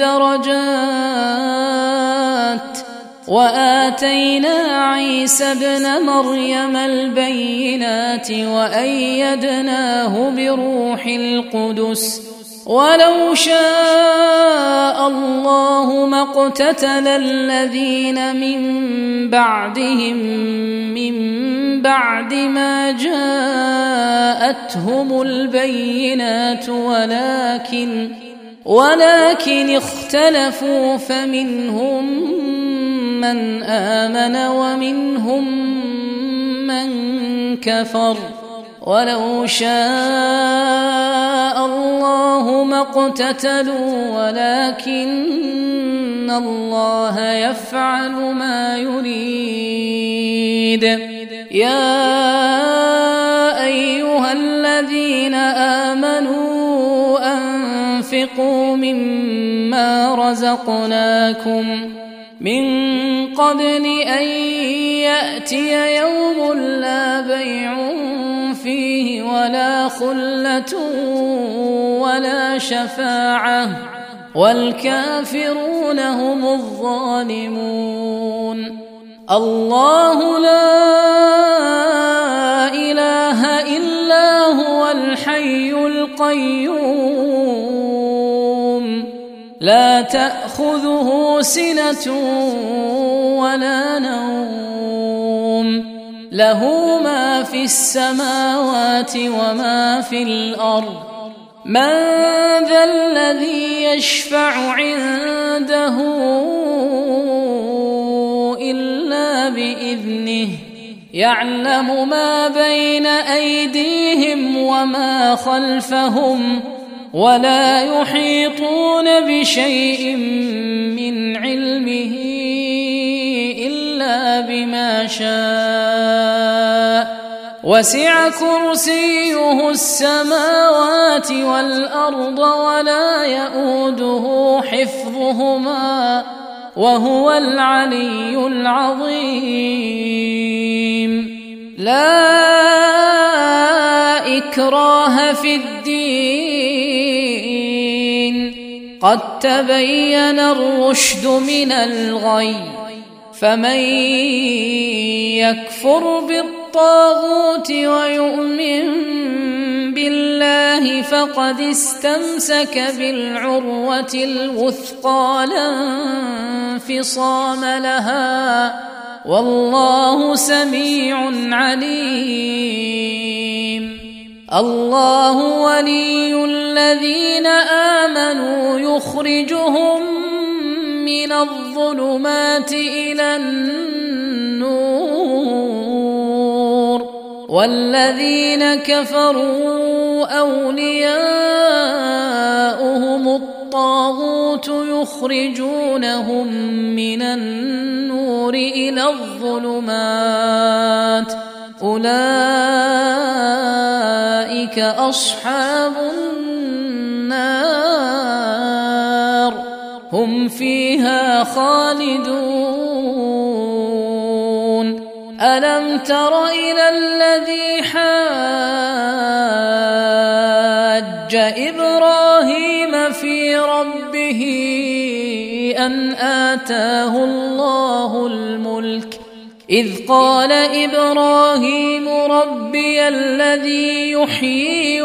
درجات وآتينا عيسى ابن مريم البينات وأيدناه بروح القدس ولو شاء الله ما اقتتل الذين من بعدهم من بعد ما جاءتهم البينات ولكن اختلفوا فمنهم من آمن ومنهم من كفر ولو شاء الله ما اقتتلوا ولكن الله يفعل ما يريد يا أيها الذين آمنوا أنفقوا مما رزقناكم من قبل أن يأتي يوم لا بيع فيه ولا خلة ولا شفاعة والكافرون هم الظالمون الله لا إله إلا هو الحي القيوم لا تأخذه سنة ولا نوم له ما في السماوات وما في الأرض من ذا الذي يشفع عنده إلا بإذنه يعلم ما بين أيديهم وما خلفهم ولا يحيطون بشيء من علمه إلا بما شاء وسع كرسيه السماوات والأرض ولا يؤوده حفظهما وهو العلي العظيم لا إكراه في الدين قد تبين الرشد من الغي فمن يكفر بالطاغوت ويؤمن بالله فقد استمسك بالعروة الوثقى لا انفصام لها والله سميع عليم الله ولي الذين آمنوا يخرجهم من الظلمات إلى النور والذين كفروا أولياؤهم الطاغوت يخرجونهم من النور إلى الظلمات أولئك أصحاب النار هم فيها خالدون ألم تر إلى الذي حاج إبراهيم في ربه أن آتاه الله الملك إذ قال إبراهيم ربي الذي يحيي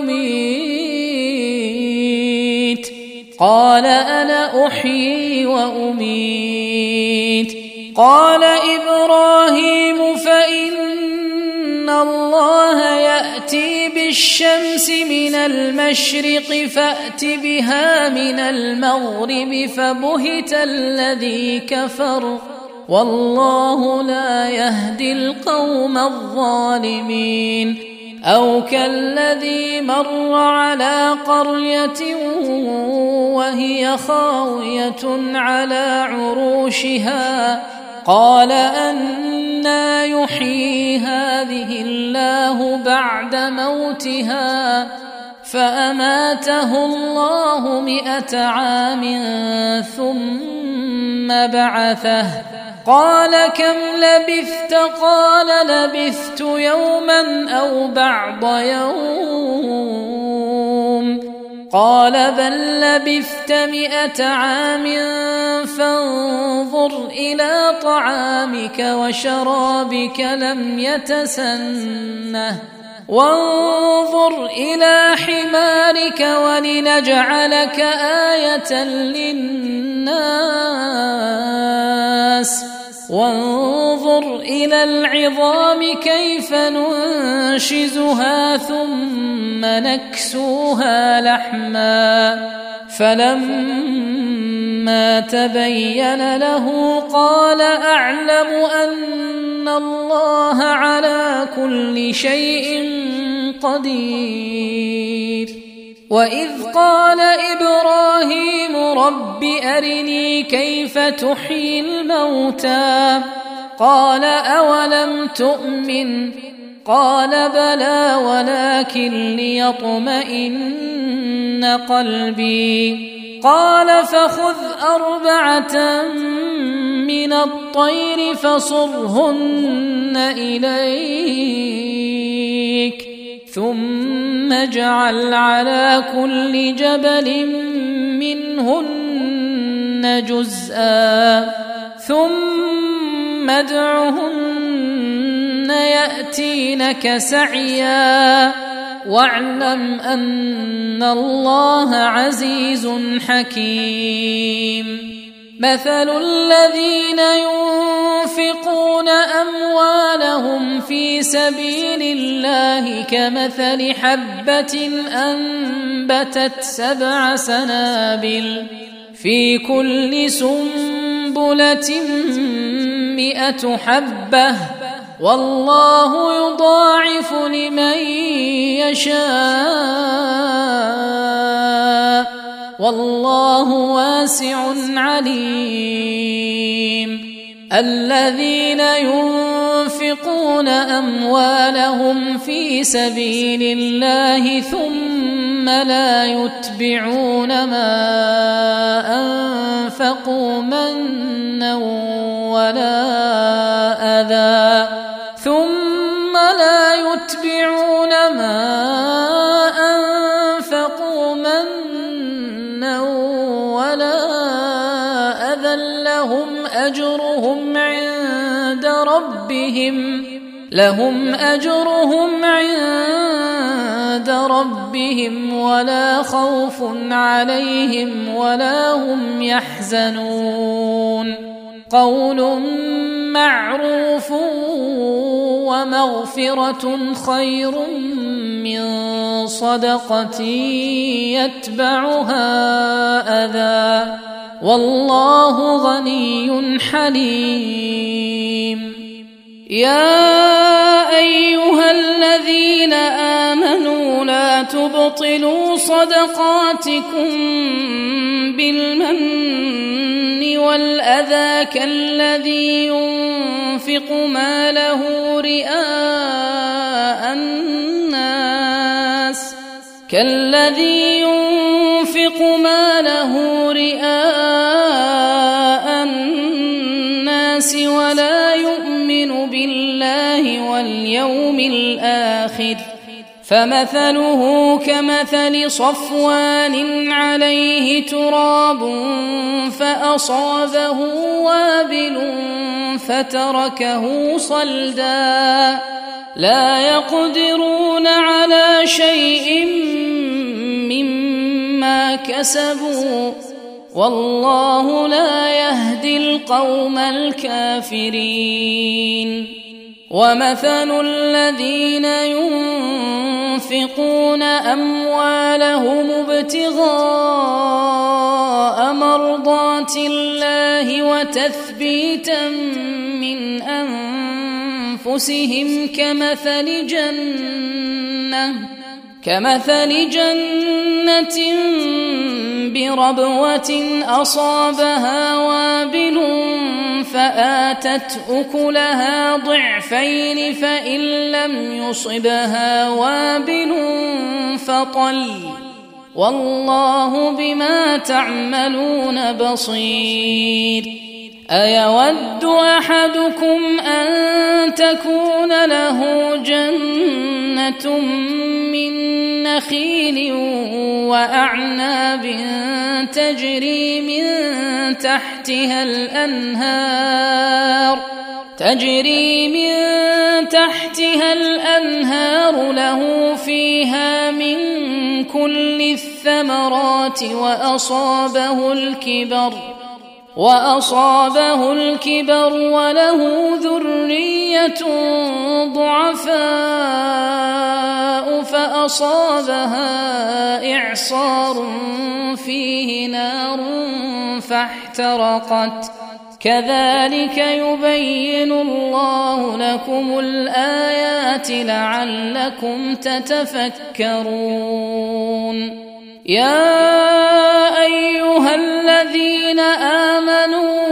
ويميت قال أنا أحيي وأميت قال إبراهيم فإن الله يأتي بالشمس من المشرق فأت بها من المغرب فبهت الذي كفر والله لا يهدي القوم الظالمين أو كالذي مر على قرية وهي خاوية على عروشها قال أنى يحيي هذه الله بعد موتها فأماته الله 100 عام ثم بعثه قال كم لبثت قال لبثت يوما أو بعض يوم قال بل لبثت 100 عام فانظر إلى طعامك وشرابك لم يتسنه وانظر إلى حمارك ولنجعلك آية للناس وانظر إلى العظام كيف ننشزها ثم نكسوها لحما فلما تبين له قال أعلم أن الله على كل شيء قدير وإذ قال إبراهيم رب أرني كيف تحيي الموتى قال أولم تؤمن قال بلى ولكن ليطمئن قلبي قال فخذ 4 من الطير فصرهن إليك ثم اجعل على كل جبل منهن جزءا ثم ادعهن يأتينك سعيا واعلم أن الله عزيز حكيم مثل الذين ينفقون أموالهم في سبيل الله كمثل حبة أنبتت 7 سنابل في كل سنبلة 100 حبة والله يضاعف لمن يشاء والله واسع عليم الذين ينفقون أموالهم في سبيل الله ثم لا يتبعون ما أنفقوا منا ولا أذى ثم لا يتبعون ما أنفقوا منا أجرهم عند ربهم ولا خوف عليهم ولا هم يحزنون قول معروف ومغفرة خير من صدقة يتبعها أذى والله غني حليم يا أيها الذين آمنوا لا تبطلوا صدقاتكم بالمن والأذى كالذي ينفق ماله رئاء الناس ولا يؤمن بالله واليوم الآخر فمثله كمثل صفوان عليه تراب فأصابه وابل فتركه صلدا لا يقدرون على شيء مما كسبوا والله لا يهدي القوم الكافرين ومثل الذين ينفقون أموالهم ابتغاء مرضات الله وتثبيتا من أنفسهم كمثل جنة بربوة أصابها وابل فآتت أكلها ضعفين فإن لم يصبها وابل فطل والله بما تعملون بصير أيود أحدكم أن تكون له جنة من نخيل وأعناب تجري من تحتها الأنهار له فيها من كل الثمرات وأصابه الكبر وله ذرية ضعفاء فأصابها إعصار فيه نار فاحترقت كذلك يبين الله لكم الآيات لعلكم تتفكرون يا أيها الذين آمنوا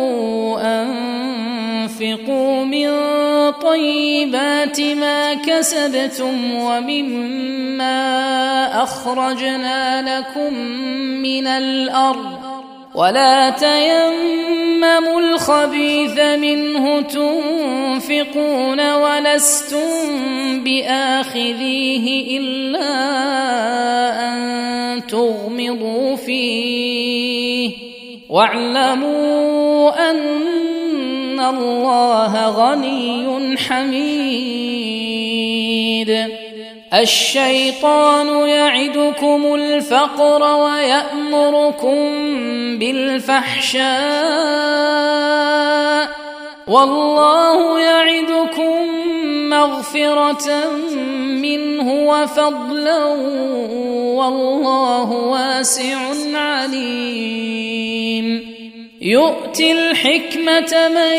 أنفقوا من طيبات ما كسبتم ومما أخرجنا لكم من الأرض ولا تيمموا الخبيث منه تنفقون ولستم بآخذيه إلا أن تغمضوا فيه واعلموا أن الله غني حميد الشيطان يعدكم الفقر ويأمركم بالفحشاء والله يعدكم مغفرة منه وفضلا والله واسع عليم يؤتي الحكمة من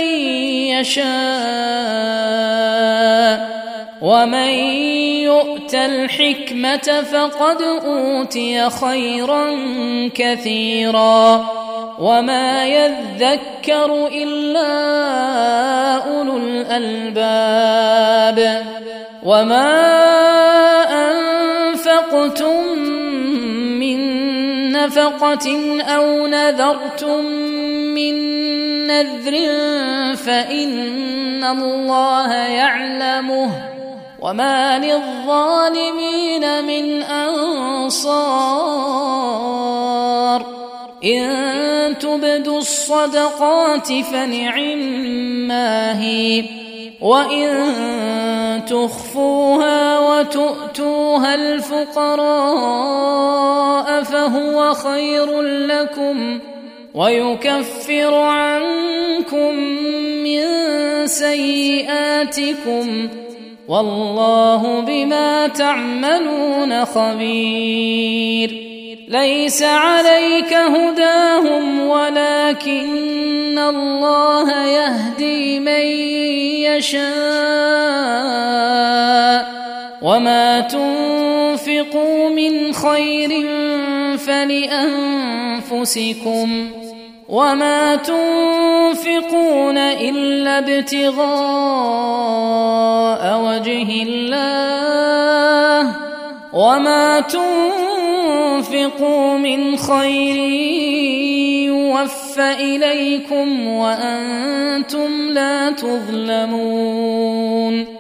يشاء ومن يؤت الحكمة فقد أوتي خيرا كثيرا وما يذكر إلا أولو الألباب وما أنفقتم من نفقة أو نذرتم من نذر فإن الله يعلمه وما للظالمين من أنصار إن تبدوا الصدقات فنعما هي، وإن تخفوها وتؤتوها الفقراء فهو خير لكم ويكفر عنكم من سيئاتكم والله بما تعملون خبير. ليس عليك هداهم ولكن الله يهدي من يشاء، وما تنفقوا من خير فلأنفسكم وما تنفقون إلا ابتغاء وجه الله وما تنفقوا من خير يوفى إليكم وأنتم لا تظلمون.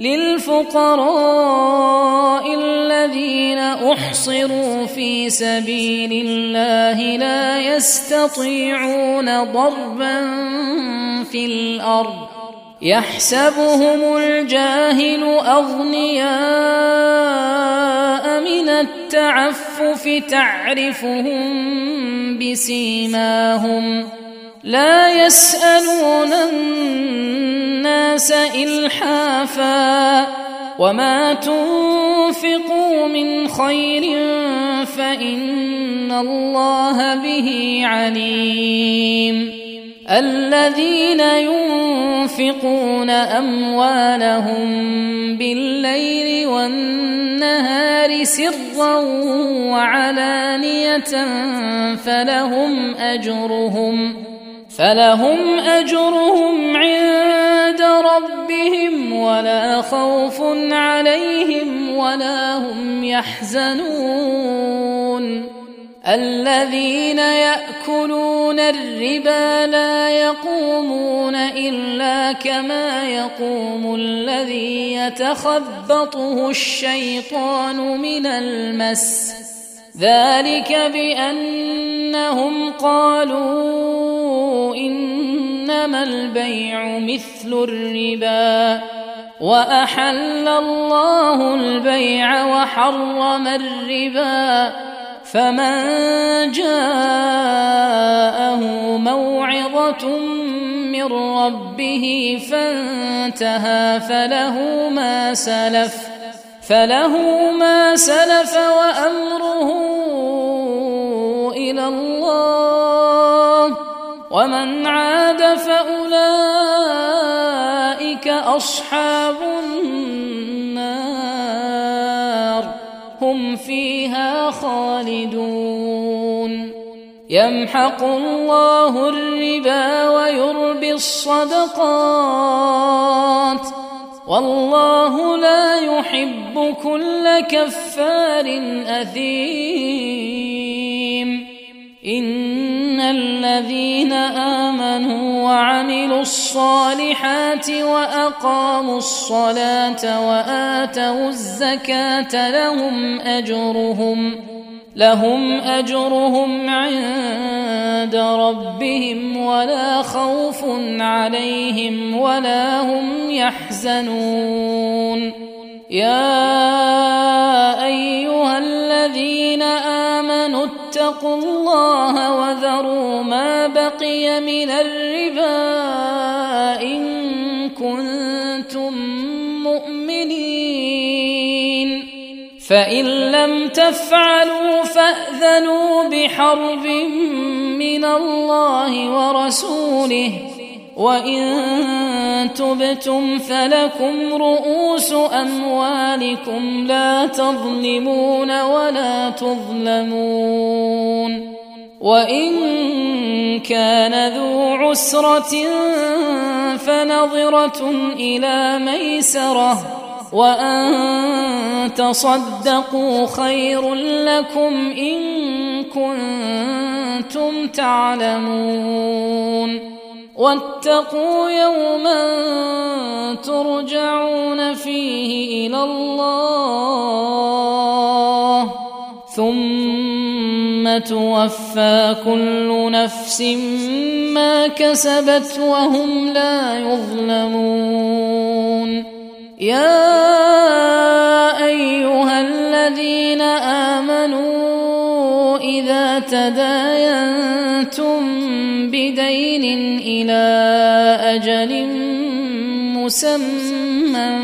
للفقراء الذين أحصروا في سبيل الله لا يستطيعون ضربا في الأرض يحسبهم الجاهل أغنياء من التعفف تعرفهم بسيماهم لا يسألون الناس إلحافا وما تنفقوا من خير فإن الله به عليم. الذين ينفقون أموالهم بالليل والنهار سرا وعلانية فلهم أجرهم عند ربهم ولا خوف عليهم ولا هم يحزنون. الذين يأكلون الربا لا يقومون إلا كما يقوم الذي يتخبطه الشيطان من المس، ذلك بأنهم قالوا إنما البيع مثل الربا وأحل الله البيع وحرم الربا، فمن جاءه موعظة من ربه فانتهى فله ما سلف وأمره إلى الله ومن عاد فأولئك أصحاب النار هم فيها خالدون. يمحق الله الربا ويربي الصدقات والله لا يحب كل كفار أثيم. إن الذين آمنوا وعملوا الصالحات وأقاموا الصلاة وآتوا الزكاة لهم أجرهم عند ربهم ولا خوف عليهم ولا هم يحزنون. يا أيها الذين آمنوا اتقوا الله وذروا ما بقي من الربا إن كنتم مؤمنين، فإن لم تفعلوا فأذنوا بحرب من الله ورسوله، وإن تبتم فلكم رؤوس أموالكم لا تظلمون ولا تظلمون. وإن كان ذو عسرة فنظرة إلى ميسرة وأن تصدقوا خير لكم إن كنتم تعلمون. واتقوا يوما ترجعون فيه إلى الله ثم توفى كل نفس ما كسبت وهم لا يظلمون. يا أيها الذين آمنوا إذا تداينتم بدين إلى أجل مسمى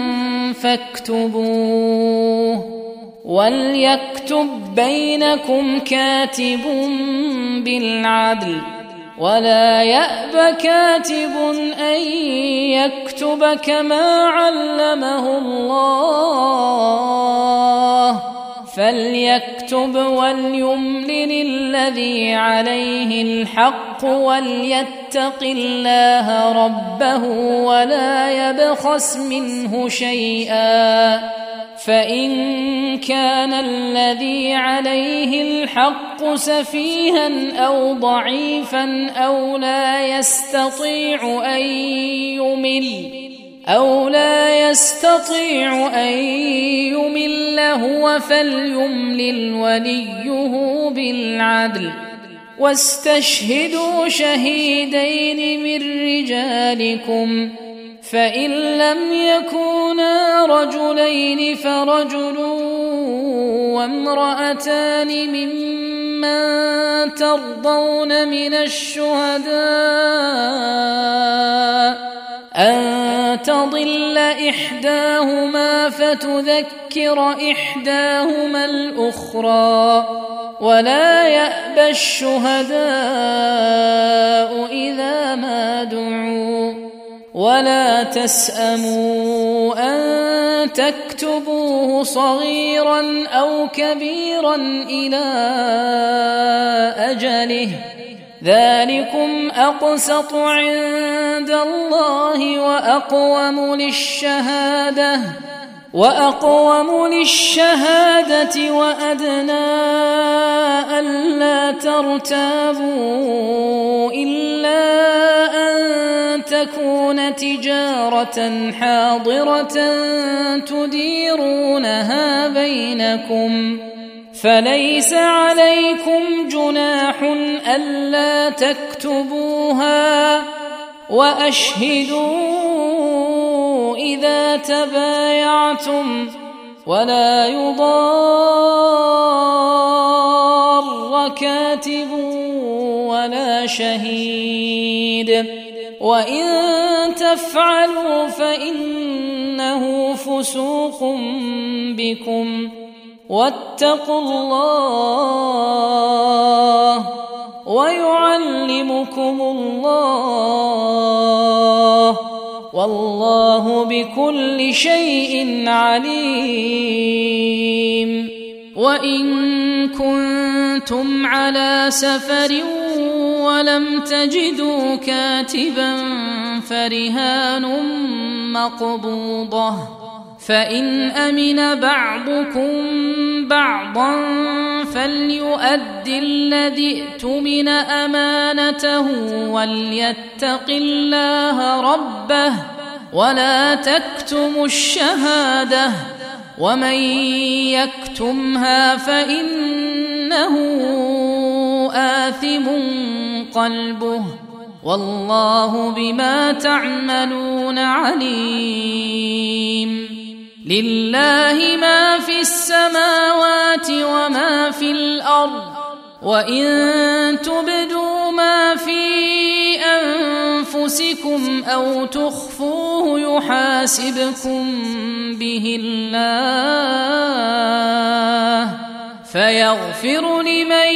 فاكتبوه، وليكتب بينكم كاتب بالعدل، ولا يأب كاتب أن يكتب كما علمه الله، فليكتب وليملل الذي عليه الحق وليتق الله ربه ولا يبخس منه شيئا، فإن كان الذي عليه الحق سفيها أو ضعيفا أو لا يستطيع أن يمل هو فليملل وليه بالعدل، واستشهدوا شهيدين من رجالكم، فإن لم يكونا رجلين فرجل وامرأتان ممن ترضون من الشهداء أن تضل إحداهما فتذكر إحداهما الأخرى، ولا يأبى الشهداء إذا ما دعوا، ولا تسأموا أن تكتبوه صغيرا أو كبيرا إلى أجله، ذلكم أقسط عند الله وأقوم للشهادة وأدنى ألا ترتابوا إلا أن تكون تجارة حاضرة تديرونها بينكم، فليس عليكم جناح ألا تكتبوها، وأشهدوا إذا تبايعتم، ولا يضار كاتب ولا شهيد، وإن تفعلوا فإنه فسوق بكم، واتقوا الله ويعلمكم الله، والله بكل شيء عليم. وإن كنتم على سفر ولم تجدوا كاتبا فرهان مقبوضة، فإن أمن بعضكم بعضا فليؤد الذي اؤتمن أمانته وليتق الله ربه ولا تكتموا الشهادة، ومن يكتمها فإنه آثم قلبه، والله بما تعملون عليم. لله ما في السماوات وما في الأرض، وإن تبدوا ما في أنفسكم أو تخفوه يحاسبكم به الله، فيغفر لمن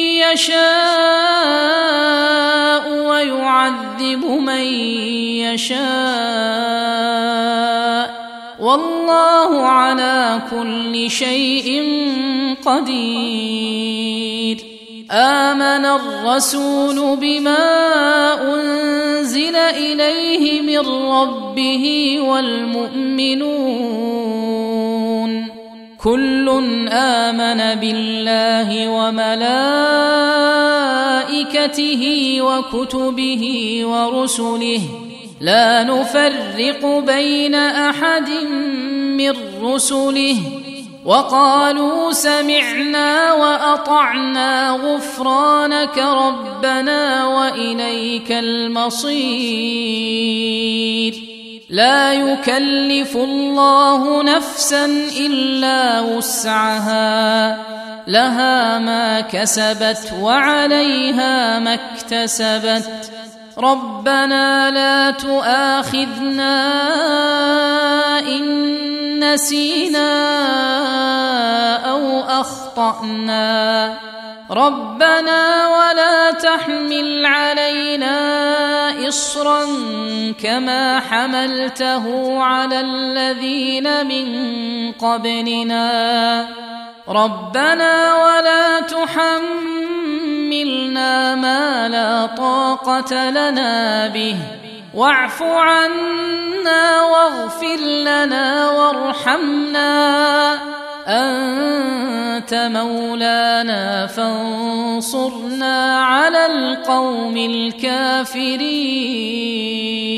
يشاء ويعذب من يشاء، والله على كل شيء قدير. آمن الرسول بما أنزل إليه من ربه والمؤمنون كل آمن بالله وملائكته وكتبه ورسله لا نفرق بين أحد من رسله وقالوا سمعنا وأطعنا غفرانك ربنا وإليك المصير. لا يكلف الله نفسا إلا وسعها، لها ما كسبت وعليها ما اكتسبت. ربنا لا تؤاخذنا إن نسينا أو أخطأنا. ربنا ولا تحمل علينا إصرا كما حملته على الذين من قبلنا. ربنا ولا تحملنا ما لا طاقة لنا به، واعف عنا واغفر لنا وارحمنا، أنت مولانا فانصرنا على القوم الكافرين.